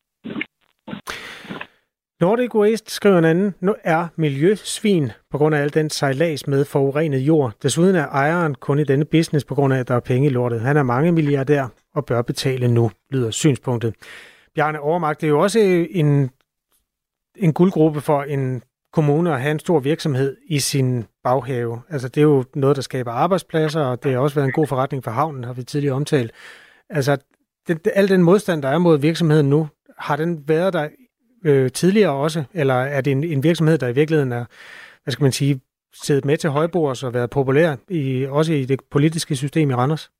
Nordic Waste, skriver en anden, nu er miljøsvin på grund af al den sejlads med forurenet jord. Desuden er ejeren kun i denne business på grund af, at der er penge i lortet. Han er mange milliardær og bør betale nu, lyder synspunktet. Bjarne Overmark, det er jo også en, en guldgruppe for en kommune at have en stor virksomhed i sin baghave. Altså det er jo noget, der skaber arbejdspladser, og det har også været en god forretning for havnen, har vi tidligere omtalt. Altså det, al den modstand, der er mod virksomheden nu, har den været der øh, tidligere også, eller er det en, en virksomhed, der i virkeligheden er, hvad skal man sige, siddet med til højbords og været populær, i, også i det politiske system i Randers?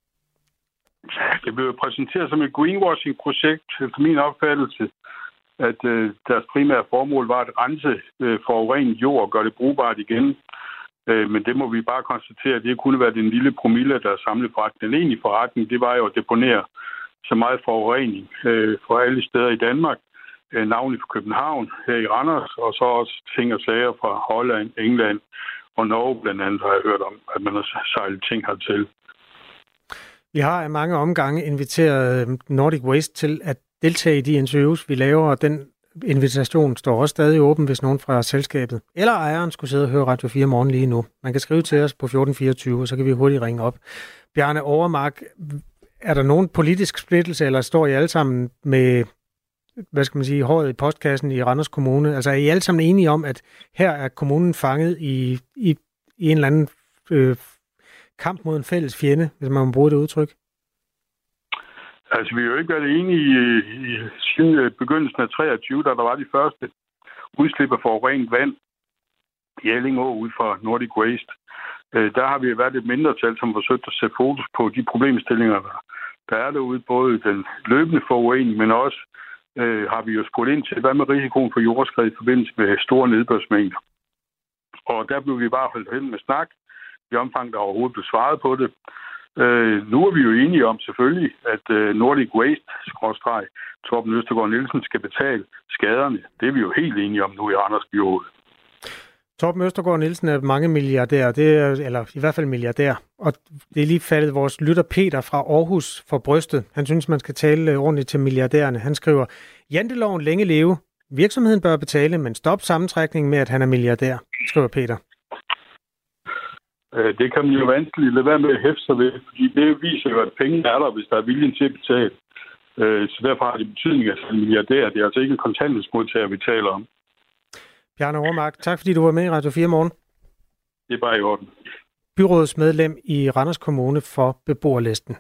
Det blev præsenteret som et greenwashing-projekt, efter min opfattelse, at øh, deres primære formål var at rense øh, forurenet jord og gøre det brugbart igen. Øh, men det må vi bare konstatere, at det kunne være den lille promille, der er samlet forretning. Den egentlige forretning, det var jo at deponere så meget forurening øh, fra alle steder i Danmark, øh, navnlig fra København, her i Randers, og så også ting og sager fra Holland, England og Norge blandt andet, har jeg hørt om, at man har sejlet ting hertil. Vi har af mange omgange inviteret Nordic Waste til at deltage i de interviews, vi laver, og den invitation står også stadig åben, hvis nogen fra selskabet eller ejeren skulle sidde og høre Radio fire morgen lige nu. Man kan skrive til os på fjorten fireogtyve, og så kan vi hurtigt ringe op. Bjarne Overmark, er der nogen politisk splittelse, eller står I alle sammen med, hvad skal man sige, håret i postkassen i Randers Kommune? Altså er I alle sammen enige om, at her er kommunen fanget i, i, i en eller anden øh, kamp mod en fælles fjende, hvis man må bruge det udtryk? Altså, vi har jo ikke været enige i, i siden begyndelsen af treogtyve, da der var de første udslip af forurenet vand i Elling Å ud fra Nordic Waste. Der har vi været et mindretal, som forsøgt at sætte fokus på de problemstillinger, der er derude. Både den løbende forurening, men også øh, har vi jo spurgt ind til, hvad med risikoen for jordskred i forbindelse med store nedbørsmængder. Og der blev vi bare holdt hen med snak, i omfang, der overhovedet blev svaret på det. Øh, nu er vi jo enige om selvfølgelig, at øh, Nordic Waste, skråstreg, Torben Østergaard Nielsen, skal betale skaderne. Det er vi jo helt enige om nu i Randers Byråd. Torben Østergaard Nielsen er mange milliardær, det er, eller i hvert fald milliardær. Og det er lige faldet vores lytter Peter fra Aarhus for brystet. Han synes, man skal tale ordentligt til milliardærerne. Han skriver, janteloven længe leve. Virksomheden bør betale, men stop sammentrækningen med, at han er milliardær, skriver Peter. Det kan man jo vanskeligt lade være med at hæfte sig ved, fordi det viser jo, at penge er der, hvis der er viljen til at betale. Så derfor har det betydning, at han er milliardær. Det er altså ikke en kontanthjælpsmodtager, vi taler om. Bjarne Overmark, tak fordi du var med i Radio fire morgen. Det er bare i orden. Byrådsmedlem i Randers Kommune for beboerlisten.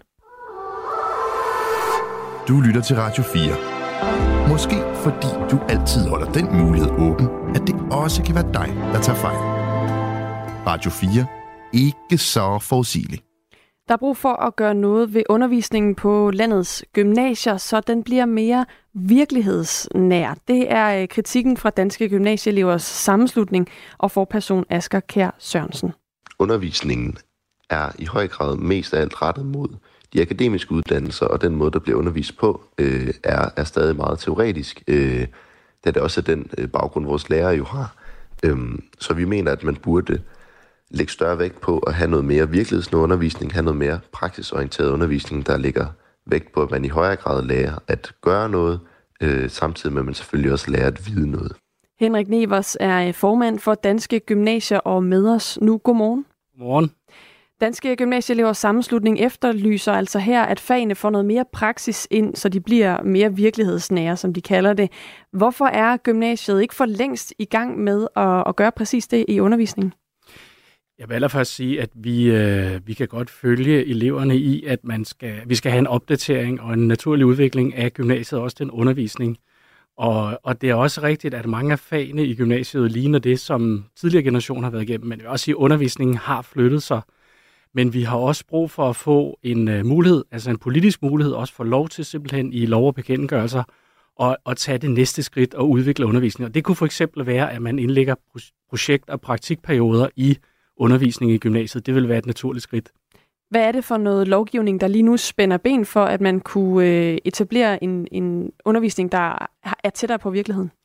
Du lytter til Radio fire. Måske fordi du altid holder den mulighed åben, at det også kan være dig, der tager fejl. Radio fire. Ikke så forudsigeligt. Der er brug for at gøre noget ved undervisningen på landets gymnasier, så den bliver mere virkelighedsnær. Det er kritikken fra Danske Gymnasieelevers Sammenslutning og forperson Asger Kjær Sørensen. Undervisningen er i høj grad mest af alt rettet mod de akademiske uddannelser, og den måde, der bliver undervist på, øh, er, er stadig meget teoretisk, øh, da det også er den øh, baggrund, vores lærere jo har. Øh, så vi mener, at man burde lægge større vægt på at have noget mere virkelighedsnær undervisning, have noget mere praksisorienteret undervisning, der ligger vægt på, at man i højere grad lærer at gøre noget, øh, samtidig med, at man selvfølgelig også lærer at vide noget. Henrik Nevers er formand for Danske Gymnasier og med os nu. Godmorgen. Godmorgen. Danske Gymnasieelevers Sammenslutning efterlyser altså her, at fagene får noget mere praksis ind, så de bliver mere virkelighedsnære, som de kalder det. Hvorfor er gymnasiet ikke for længst i gang med at, at gøre præcis det i undervisningen? Jeg vil allerførst sige, at vi, øh, vi kan godt følge eleverne i, at man skal, vi skal have en opdatering og en naturlig udvikling af gymnasiet, også den undervisning. Og, og det er også rigtigt, at mange af fagene i gymnasiet ligner det, som tidligere generationer har været igennem, men jeg vil også sige, at undervisningen har flyttet sig. Men vi har også brug for at få en uh, mulighed, altså en politisk mulighed, også for lov til simpelthen i lov- og bekendtgørelser, og, og tage det næste skridt og udvikle undervisning. Og det kunne for eksempel være, at man indlægger projekt- og praktikperioder i undervisning i gymnasiet. Det vil være et naturligt skridt. Hvad er det for noget lovgivning, der lige nu spænder ben for, at man kunne etablere en, en undervisning, der er tættere på virkeligheden?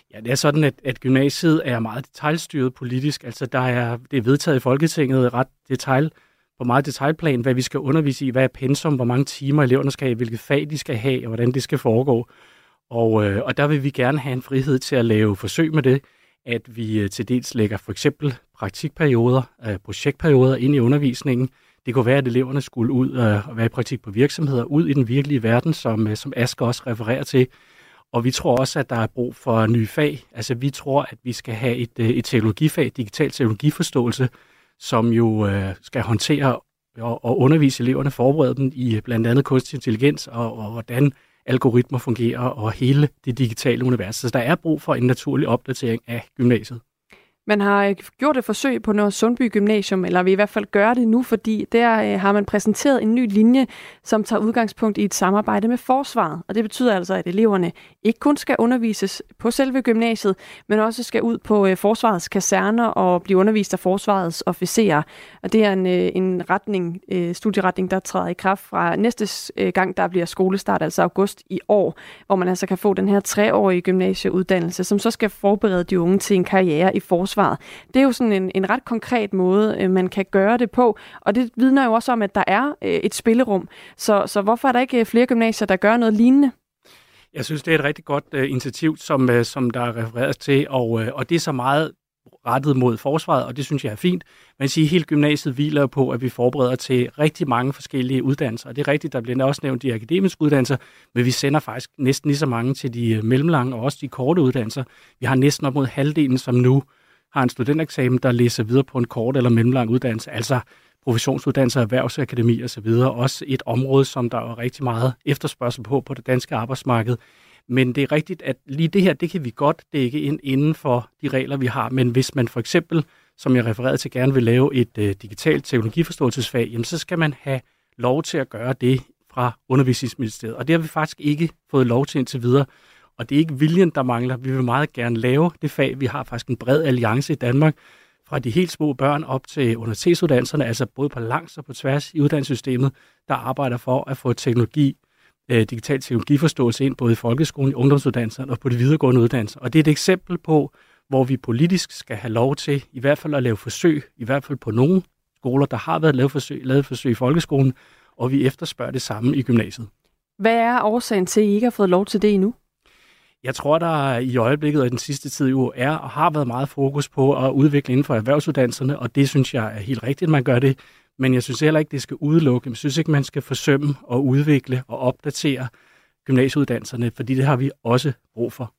Ja, det er sådan, at, at gymnasiet er meget detaljstyret politisk. Altså, der er, det er vedtaget i Folketinget ret detalj, på meget detaljplan, hvad vi skal undervise i, hvad er pensum, hvor mange timer eleverne skal have, hvilket fag de skal have, og hvordan det skal foregå. Og, øh, og der vil vi gerne have en frihed til at lave forsøg med det, at vi øh, til dels lægger for eksempel praktikperioder, øh, projektperioder ind i undervisningen. Det kunne være, at eleverne skulle ud øh, og være i praktik på virksomheder, ud i den virkelige verden, som, øh, som Asger også refererer til. Og vi tror også, at der er brug for nye fag. Altså vi tror, at vi skal have et, et teknologifag, digital teknologiforståelse, som jo øh, skal håndtere og, og undervise eleverne, forberede dem i blandt andet kunstig intelligens og, og hvordan algoritmer fungerer og hele det digitale univers. Så der er brug for en naturlig opdatering af gymnasiet. Man har gjort et forsøg på Nørre Sundby Gymnasium, eller vil i hvert fald gøre det nu, fordi der øh, har man præsenteret en ny linje, som tager udgangspunkt i et samarbejde med forsvaret. Og det betyder altså, at eleverne ikke kun skal undervises på selve gymnasiet, men også skal ud på øh, forsvarets kaserner og blive undervist af forsvarets officerer. Og det er en, øh, en retning, øh, studieretning, der træder i kraft fra næste øh, gang, der bliver skolestart, altså august i år, hvor man altså kan få den her treårige gymnasieuddannelse, som så skal forberede de unge til en karriere i forsvaret. Det er jo sådan en, en ret konkret måde, man kan gøre det på, og det vidner jo også om, at der er et spillerum. Så, så hvorfor er der ikke flere gymnasier, der gør noget lignende? Jeg synes, det er et rigtig godt uh, initiativ, som, uh, som der er refereret til, og, uh, og det er så meget rettet mod forsvaret, og det synes jeg er fint. Man siger, at hele gymnasiet hviler på, at vi forbereder til rigtig mange forskellige uddannelser. Og det er rigtigt, der bliver også nævnt de akademiske uddannelser, men vi sender faktisk næsten lige så mange til de mellemlange og også de korte uddannelser. Vi har næsten op mod halvdelen, som nu har en studentereksamen, der læser videre på en kort eller mellemlang uddannelse, altså professionsuddannelser, erhvervsakademi og så videre. Også et område, som der er rigtig meget efterspørgsel på på det danske arbejdsmarked. Men det er rigtigt, at lige det her, det kan vi godt dække ind inden for de regler, vi har. Men hvis man for eksempel, som jeg refererede til, gerne vil lave et øh, digitalt teknologiforståelsesfag, jamen så skal man have lov til at gøre det fra Undervisningsministeriet. Og det har vi faktisk ikke fået lov til indtil videre. Og det er ikke viljen, der mangler. Vi vil meget gerne lave det fag. Vi har faktisk en bred alliance i Danmark, fra de helt små børn op til universitetsuddannelserne, altså både på langs og på tværs i uddannelsessystemet, der arbejder for at få teknologi, øh, digital teknologiforståelse ind, både i folkeskolen, i ungdomsuddannelserne og på de videregående uddannelser. Og det er et eksempel på, hvor vi politisk skal have lov til, i hvert fald at lave forsøg, i hvert fald på nogle skoler, der har været lavet forsøg, lavet forsøg i folkeskolen, og vi efterspørger det samme i gymnasiet. Hvad er årsagen til, at I ikke har fået lov til det endnu? Jeg tror, der i øjeblikket og i den sidste tid jo er og har været meget fokus på at udvikle inden for erhvervsuddannelserne, og det synes jeg er helt rigtigt, at man gør det. Men jeg synes heller ikke, det skal udelukke. Jeg synes ikke, man skal forsømme og udvikle og opdatere gymnasieuddannelserne, fordi det har vi også brug for.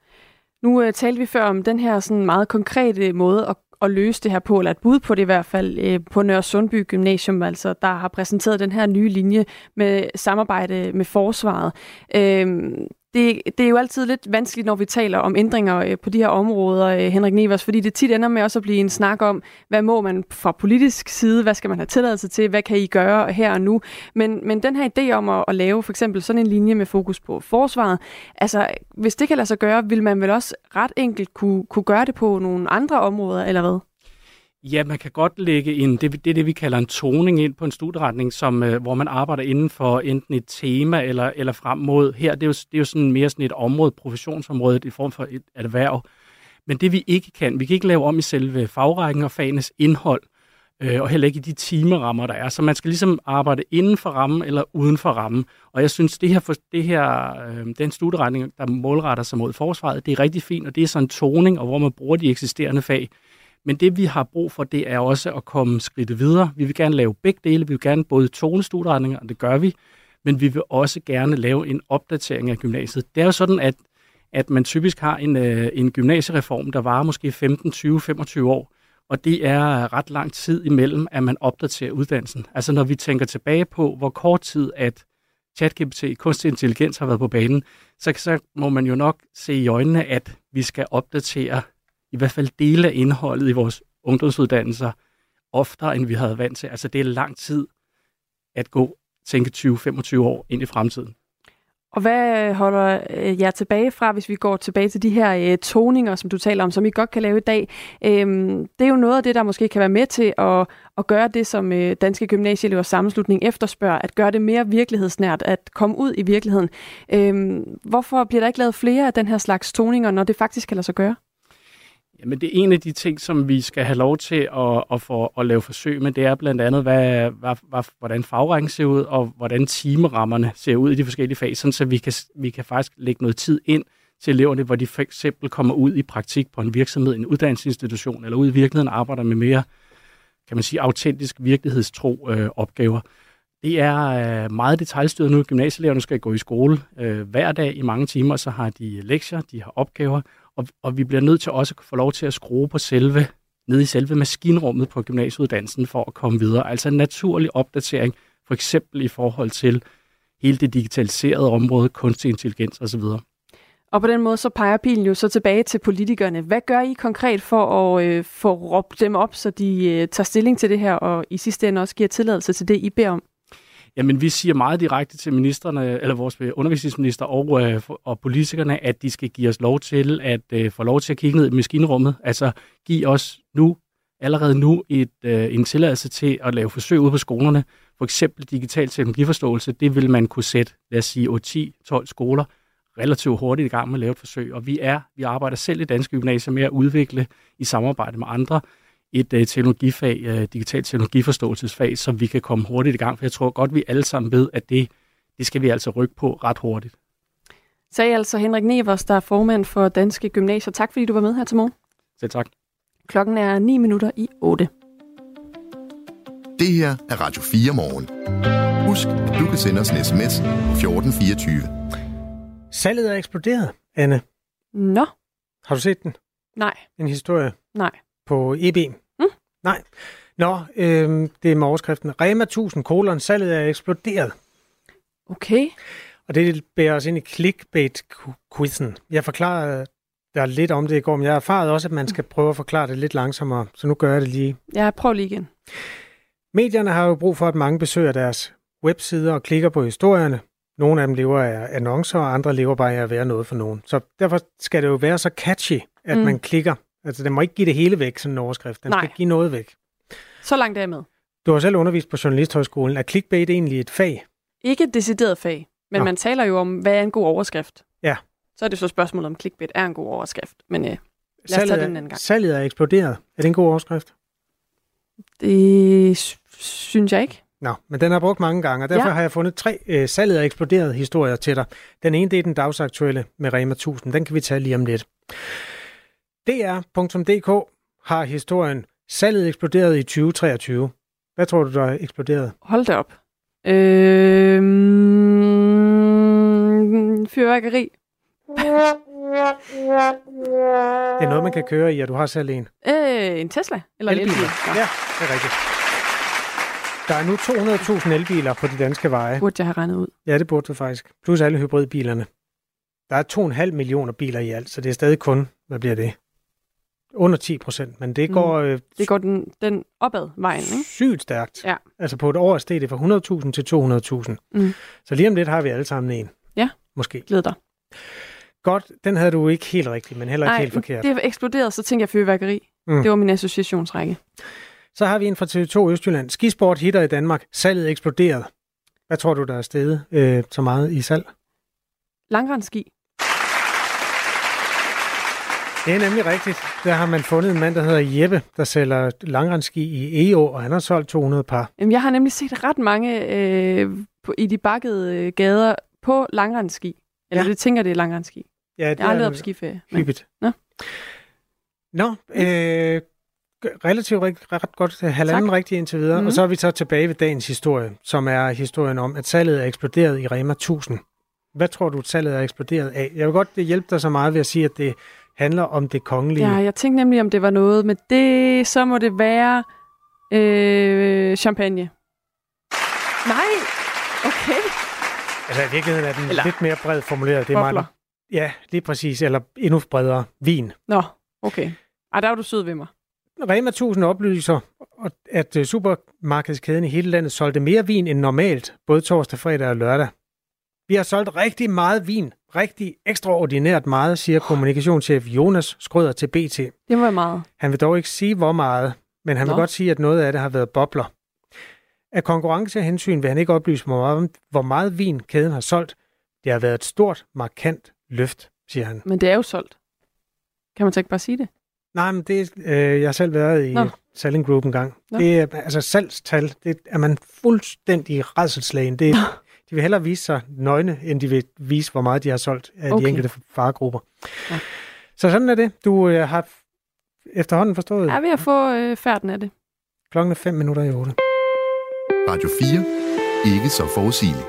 Nu uh, talte vi før om den her sådan meget konkrete måde at, at løse det her på, eller et bud på det i hvert fald, uh, på Nørre Sundby Gymnasium, altså, der har præsenteret den her nye linje med samarbejde med forsvaret. Uh, Det, det er jo altid lidt vanskeligt, når vi taler om ændringer på de her områder, Henrik Nevers, fordi det tit ender med også at blive en snak om, hvad må man fra politisk side, hvad skal man have tilladelse til, hvad kan I gøre her og nu. Men, men den her idé om at, at lave for eksempel sådan en linje med fokus på forsvaret, altså hvis det kan lade sig gøre, vil man vel også ret enkelt kunne, kunne gøre det på nogle andre områder, eller hvad? Ja, man kan godt lægge en, det, det er det, vi kalder en toning ind på en studieretning, som, øh, hvor man arbejder inden for enten et tema eller, eller frem mod. Her det er, jo, det er jo sådan mere sådan et område, professionsområdet i form for et, et erhverv. Men det vi ikke kan, vi kan ikke lave om i selve fagrækken og fagenes indhold, øh, og heller ikke i de timerammer, der er. Så man skal ligesom arbejde inden for rammen eller uden for rammen. Og jeg synes, det her, for, det her øh, den studieretning, der målretter sig mod forsvaret, det er rigtig fint, og det er sådan en toning, og hvor man bruger de eksisterende fag. Men det, vi har brug for, det er også at komme skridtet videre. Vi vil gerne lave begge dele. Vi vil gerne både tone studieretninger, og det gør vi, men vi vil også gerne lave en opdatering af gymnasiet. Det er jo sådan, at, at man typisk har en, øh, en gymnasiereform, der varer måske femten, tyve, femogtyve år, og det er ret lang tid imellem, at man opdaterer uddannelsen. Altså når vi tænker tilbage på, hvor kort tid, at ChatGPT, kunstig intelligens, har været på banen, så, så må man jo nok se i øjnene, at vi skal opdatere i hvert fald dele af indholdet i vores ungdomsuddannelser oftere, end vi havde vant til. Altså det er lang tid at gå, tænke tyve til femogtyve år ind i fremtiden. Og hvad holder øh, jer tilbage fra, hvis vi går tilbage til de her øh, toninger, som du taler om, som I godt kan lave i dag? Øhm, det er jo noget af det, der måske kan være med til at, at gøre det, som øh, Danske Gymnasieelevers Sammenslutning efterspørger, at gøre det mere virkelighedsnært, at komme ud i virkeligheden. Øhm, hvorfor bliver der ikke lavet flere af den her slags toninger, når det faktisk kan lade sig gøre? Jamen, det er en af de ting, som vi skal have lov til at, at, få, at lave forsøg med. Det er blandt andet, hvad, hvad, hvad, hvordan fagrækken ser ud, og hvordan timerammerne ser ud i de forskellige fag, sådan så vi kan, vi kan faktisk lægge noget tid ind til eleverne, hvor de for eksempel kommer ud i praktik på en virksomhed, en uddannelsesinstitution, eller ud i virkeligheden arbejder med mere, kan man sige, autentisk virkelighedstro øh, opgaver. Det er øh, meget detaljstyret nu. Gymnasieeleverne skal gå i skole øh, hver dag i mange timer, så har de lektier, de har opgaver, og, og vi bliver nødt til også at få lov til at skrue på selve, nede i selve maskinrummet på gymnasieuddannelsen for at komme videre. Altså en naturlig opdatering, for eksempel i forhold til hele det digitaliserede område, kunstig intelligens osv. Og på den måde så peger pilen jo så tilbage til politikerne. Hvad gør I konkret for at øh, få råbt dem op, så de øh, tager stilling til det her, og i sidste ende også giver tilladelse til det, I beder om? Jamen, vi siger meget direkte til ministerne, eller vores undervisningsminister og, øh, og politikerne, at de skal give os lov til at øh, få lov til at kigge ned i maskinrummet. Altså, give os nu, allerede nu, et, øh, en tilladelse til at lave forsøg ude på skolerne. For eksempel digital teknologiforståelse, det vil man kunne sætte, lad os sige, otte, ti, tolv skoler relativt hurtigt i gang med at lave et forsøg. Og vi er, vi arbejder selv i Danske Gymnasier med at udvikle i samarbejde med andre et uh, teknologifag, uh, digital teknologiforståelsesfag, så vi kan komme hurtigt i gang. For jeg tror godt, vi alle sammen ved, at det, det skal vi altså rykke på ret hurtigt. Sagde altså Henrik Nevers, der er formand for Danske Gymnasier. Tak fordi du var med her til morgen. Selv tak. Klokken er ni minutter i otte. Det her er Radio fire morgen. Husk, at du kan sende os en sms fjorten fireogtyve. Salget er eksploderet, Anne. Nå. Har du set den? Nej. En historie? Nej. På E B? Mm? Nej. Nå, øh, det er med overskriften. Rema tusind kolon, salget er eksploderet. Okay. Og det bærer os ind i clickbait-quizzen. Jeg forklarede der lidt om det i går, men jeg har erfaret også, at man skal prøve at forklare det lidt langsommere, så nu gør jeg det lige. Ja, prøv lige igen. Medierne har jo brug for, at mange besøger deres websider og klikker på historierne. Nogle af dem lever af annoncer, og andre lever bare af at være noget for nogen. Så derfor skal det jo være så catchy, at mm. man klikker. Altså, den må ikke give det hele væk, sådan en overskrift. Den Nej. skal give noget væk. Så langt er jeg med. Du har selv undervist på Journalisthøjskolen. Er clickbait egentlig et fag? Ikke et decideret fag, men Nå. Man taler jo om, hvad er en god overskrift. Ja. Så er det så spørgsmålet, om clickbait er en god overskrift. Men øh, lad os salget tage den en anden gang. Salget er eksploderet. Er det en god overskrift? Det synes jeg ikke. Nå, men den har brugt mange gange, og derfor ja. har jeg fundet tre øh, salget er eksploderet historier til dig. Den ene, det er den dagsaktuelle med Rema tusind. Den kan vi tage lige om lidt. D R punktum d k har historien salget eksploderet i tyve treogtyve. Hvad tror du, der er eksploderet? Hold da op. Øh... Fyrværkeri. Det er noget, man kan køre i, og du har selv en. Øh, en Tesla? Eller en elbil? Ja. ja, det er rigtigt. Der er nu to hundrede tusind elbiler på de danske veje. Burde jeg have regnet ud? Ja, det burde du faktisk. Plus alle hybridbilerne. Der er to komma fem millioner biler i alt, så det er stadig kun, hvad bliver det? Under ti procent, men det går... Mm. Øh, det går den, den opad vejen, ikke? Sygt stærkt. Ja. Altså på et år steg det fra hundrede tusind til to hundrede tusind. Mm. Så lige om lidt har vi alle sammen en. Ja, måske. Glæd dig. Godt, den havde du ikke helt rigtig, men heller ikke Nej, helt forkert. det eksploderede, så tænkte jeg fyrværkeri. Mm. Det var min associationsrække. Så har vi en fra T V to Østjylland. Skisport hitter i Danmark. Salget eksploderet. Hvad tror du, der er steget øh, så meget i salg? Langrendski. Det er nemlig rigtigt. Der har man fundet en mand, der hedder Jeppe, der sælger langrendski i E O, og han har solgt to hundrede par. Jamen, jeg har nemlig set ret mange øh, på, i de bakkede øh, gader på langrendski. Eller ja. Det tænker, det er langrendski. Ja, det jeg har aldrig er været på skiferie. Hyppigt. Nå. Nå, øh, relativt ret godt halvanden rigtig indtil videre. Mm. Og så er vi så tilbage ved dagens historie, som er historien om, at salget er eksploderet i Rema tusind. Hvad tror du, at salget er eksploderet af? Jeg vil godt hjælpe dig så meget ved at sige, at det handler om det kongelige. Ja, jeg tænkte nemlig, om det var noget, men det, så må det være øh, champagne. Nej, okay. Altså i virkeligheden er den eller lidt mere bredt formuleret. Det er meget, ja, lige præcis. Eller endnu bredere. Vin. Nå, okay. Ej, der er du sød ved mig. Rema tusind oplyser, at supermarkedskæden i hele landet solgte mere vin end normalt, både torsdag, fredag og lørdag. Vi har solgt rigtig meget vin. Rigtig ekstraordinært meget, siger kommunikationschef Jonas Skrøder til B T. Det var meget. Han vil dog ikke sige, hvor meget, men han Nå. vil godt sige, at noget af det har været bobler. Af konkurrencehensyn vil han ikke oplyse, hvor meget, hvor meget vin kæden har solgt. Det har været et stort, markant løft, siger han. Men det er jo solgt. Kan man så ikke bare sige det? Nej, men det øh, jeg har selv været i Selling Group en gang. Nå. Det er, altså salgstal, det er man fuldstændig rædselsslagen. Det er, de vil hellere vise sig nøgne, end de vil vise, hvor meget de har solgt af okay. de enkelte faregrupper. Ja. Så sådan er det. Du øh, har efterhånden forstået. Jeg er ved at få øh, færden af det. Klokken er fem minutter i otte. Radio fire. Ikke så forudsigeligt.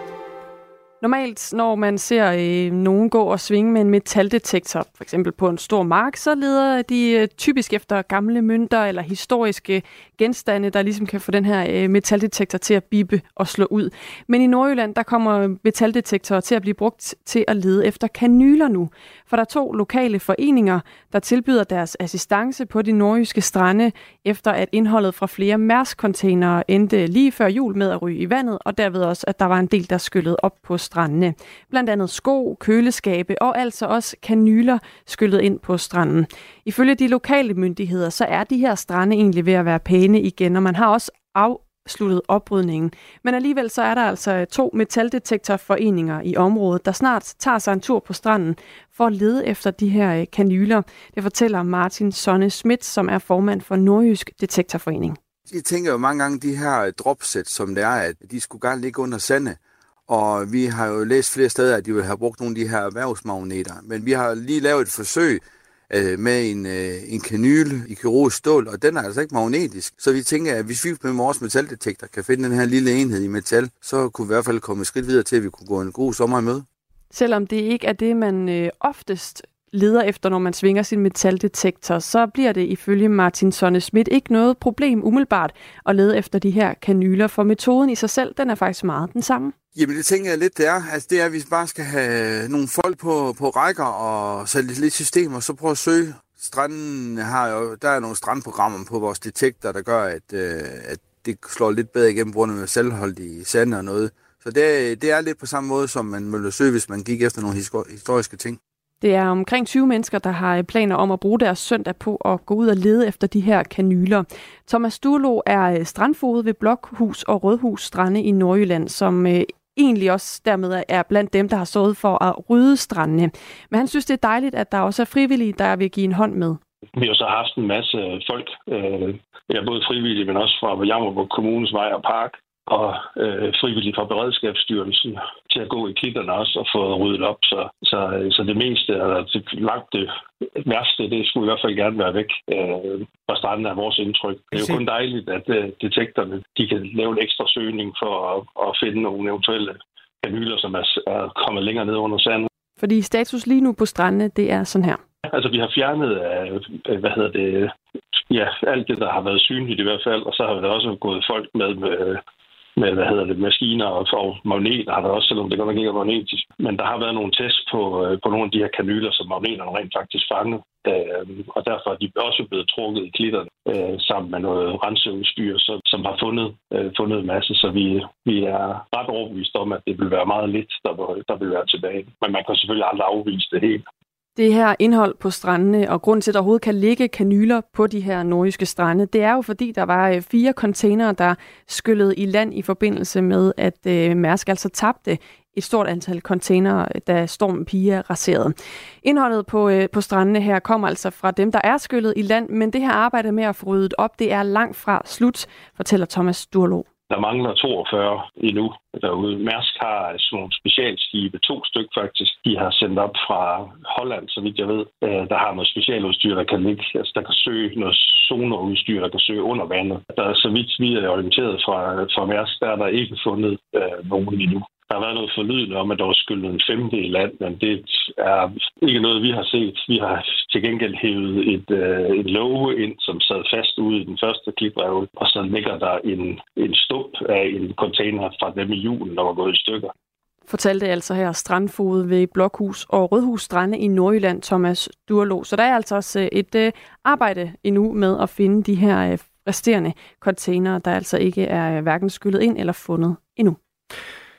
Normalt, når man ser øh, nogen gå og svinge med en metaldetektor, for eksempel på en stor mark, så leder de øh, typisk efter gamle mønter eller historiske genstande, der ligesom kan få den her øh, metaldetektor til at bippe og slå ud. Men i Nordjylland, der kommer metaldetektorer til at blive brugt til at lede efter kanyler nu. For der er to lokale foreninger, der tilbyder deres assistance på de nordjyske strande, efter at indholdet fra flere Mærsk-containere endte lige før jul med at ryge i vandet, og derved også, at der var en del, der skyllede op på strandene. Blandt andet sko, køleskabe og altså også kanyler skyllet ind på stranden. Ifølge de lokale myndigheder, så er de her strande egentlig ved at være pæne igen, og man har også afsluttet oprydningen. Men alligevel så er der altså to metaldetektorforeninger i området, der snart tager sig en tur på stranden for at lede efter de her kanyler. Det fortæller Martin Sonne Schmidt, som er formand for Nordjysk Detektorforening. Jeg tænker jo mange gange, de her dropsæt, som det er, at de skulle gerne ligge under sandet. Og vi har jo læst flere steder, at de vil have brugt nogle af de her erhvervsmagneter. Men vi har lige lavet et forsøg øh, med en, øh, en kanyle i kirurgisk stål, og den er altså ikke magnetisk. Så vi tænker, at hvis vi med vores metaldetektor kan finde den her lille enhed i metal, så kunne vi i hvert fald komme et skridt videre til, at vi kunne gå en god sommer i møde. Selvom det ikke er det, man øh, oftest leder efter, når man svinger sin metaldetektor, så bliver det ifølge Martin Sonne Schmidt ikke noget problem umiddelbart at lede efter de her kanyler, for metoden i sig selv, den er faktisk meget den samme. Jamen det tænker jeg lidt, det er. Altså det er, at vi bare skal have nogle folk på, på rækker og sætte lidt system, og så prøve at søge. Stranden har jo, der er nogle strandprogrammer på vores detektor, der gør, at, øh, at det slår lidt bedre igennem på grund af selvholdige sande og noget. Så det, det er lidt på samme måde, som man ville søge, hvis man gik efter nogle historiske ting. Det er omkring tyve mennesker, der har planer om at bruge deres søndag på at gå ud og lede efter de her kanyler. Thomas Sturlo er strandfoged ved Blokhus og Rødhus Strande i Nordjylland, som egentlig også dermed er blandt dem, der har stået for at rydde strandene. Men han synes, det er dejligt, at der også er frivillige, der vil give en hånd med. Vi har så haft en masse folk, øh, ja, både frivillige, men også fra Jammerbugt Kommunes Vej og Park, og øh, frivillige fra Beredskabsstyrelsen til at gå i klitterne også og få ryddet op. Så, så, så det meste, eller det langt det værste, det skulle i hvert fald gerne være væk øh, fra stranden af vores indtryk. Det er jo kun dejligt, at øh, detektorerne de kan lave en ekstra søgning for at, at finde nogle eventuelle kanyler, som er, er kommet længere ned under sandet. Fordi status lige nu på strandene, det er sådan her. Altså, vi har fjernet, øh, hvad hedder det, ja, alt det, der har været synligt i hvert fald, og så har der også gået folk med, med med, hvad hedder det, maskiner og, og magneter har der også, selvom det godt nok ikke er magnetisk. Men der har været nogle tests på, på nogle af de her kanyler, som magneterne rent faktisk fanger. Øh, og derfor er de også blevet trukket i klitterne øh, sammen med noget renseudstyr, så, som har fundet, øh, fundet en masse. Så vi, vi er ret overbevist om, at det vil være meget lidt, der, der vil være tilbage. Men man kan selvfølgelig aldrig afvise det helt. Det her indhold på strandene, og grund til, at der overhovedet kan ligge kanyler på de her nordjyske strande, det er jo fordi, der var fire containere, der skyllede i land i forbindelse med, at øh, Mærsk altså tabte et stort antal containere, da stormen Pia raserede. Indholdet på, øh, på strandene her kommer altså fra dem, der er skyllet i land, men det her arbejde med at få ryddet op, det er langt fra slut, fortæller Thomas Sturlo. Der mangler toogfyrre endnu derude. Mærsk har sådan nogle specialskibe, to stykker faktisk, de har sendt op fra Holland, så vidt jeg ved. Der har noget specialudstyr, der kan ligge, altså der kan søge noget sonarudstyr, der kan søge under vandet. Der er så vidt vi er orienteret fra, fra Mærsk, der er der ikke fundet øh, nogen endnu. Der har været noget forlydende om, at der var skyllet en femtedel land, men det er ikke noget, vi har set. Vi har til gengæld hævet et, øh, et låge ind, som sad fast ude i den første kliprevl, og så ligger der en, en stump af en container fra dem i julen, der var gået i stykker. Fortalte altså her strandfoged ved Blokhus og Rødhus Strande i Nordjylland, Thomas Durlo. Så der er altså også et øh, arbejde endnu med at finde de her øh, resterende containere, der altså ikke er hverken skyllet ind eller fundet endnu.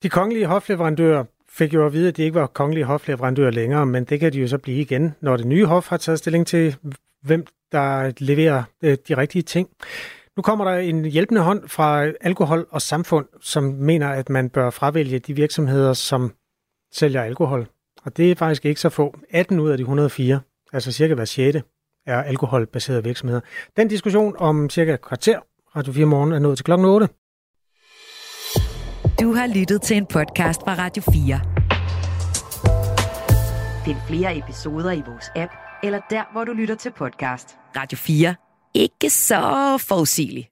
De kongelige hofleverandører fik jo at vide, at de ikke var kongelige hofleverandører længere, men det kan de jo så blive igen, når det nye hof har taget stilling til, hvem der leverer øh, de rigtige ting. Nu kommer der en hjælpende hånd fra Alkohol og Samfund, som mener, at man bør fravælge de virksomheder, som sælger alkohol. Og det er faktisk ikke så få. atten ud af de et hundrede og fire, altså cirka hver sjette, er alkoholbaserede virksomheder. Den diskussion om cirka et kvarter, Radio fire Morgen, er nået til klokken otte. Du har lyttet til en podcast fra Radio fire. Find flere episoder i vores app, eller der, hvor du lytter til podcast. Radio fire. Ikke så forudsigeligt.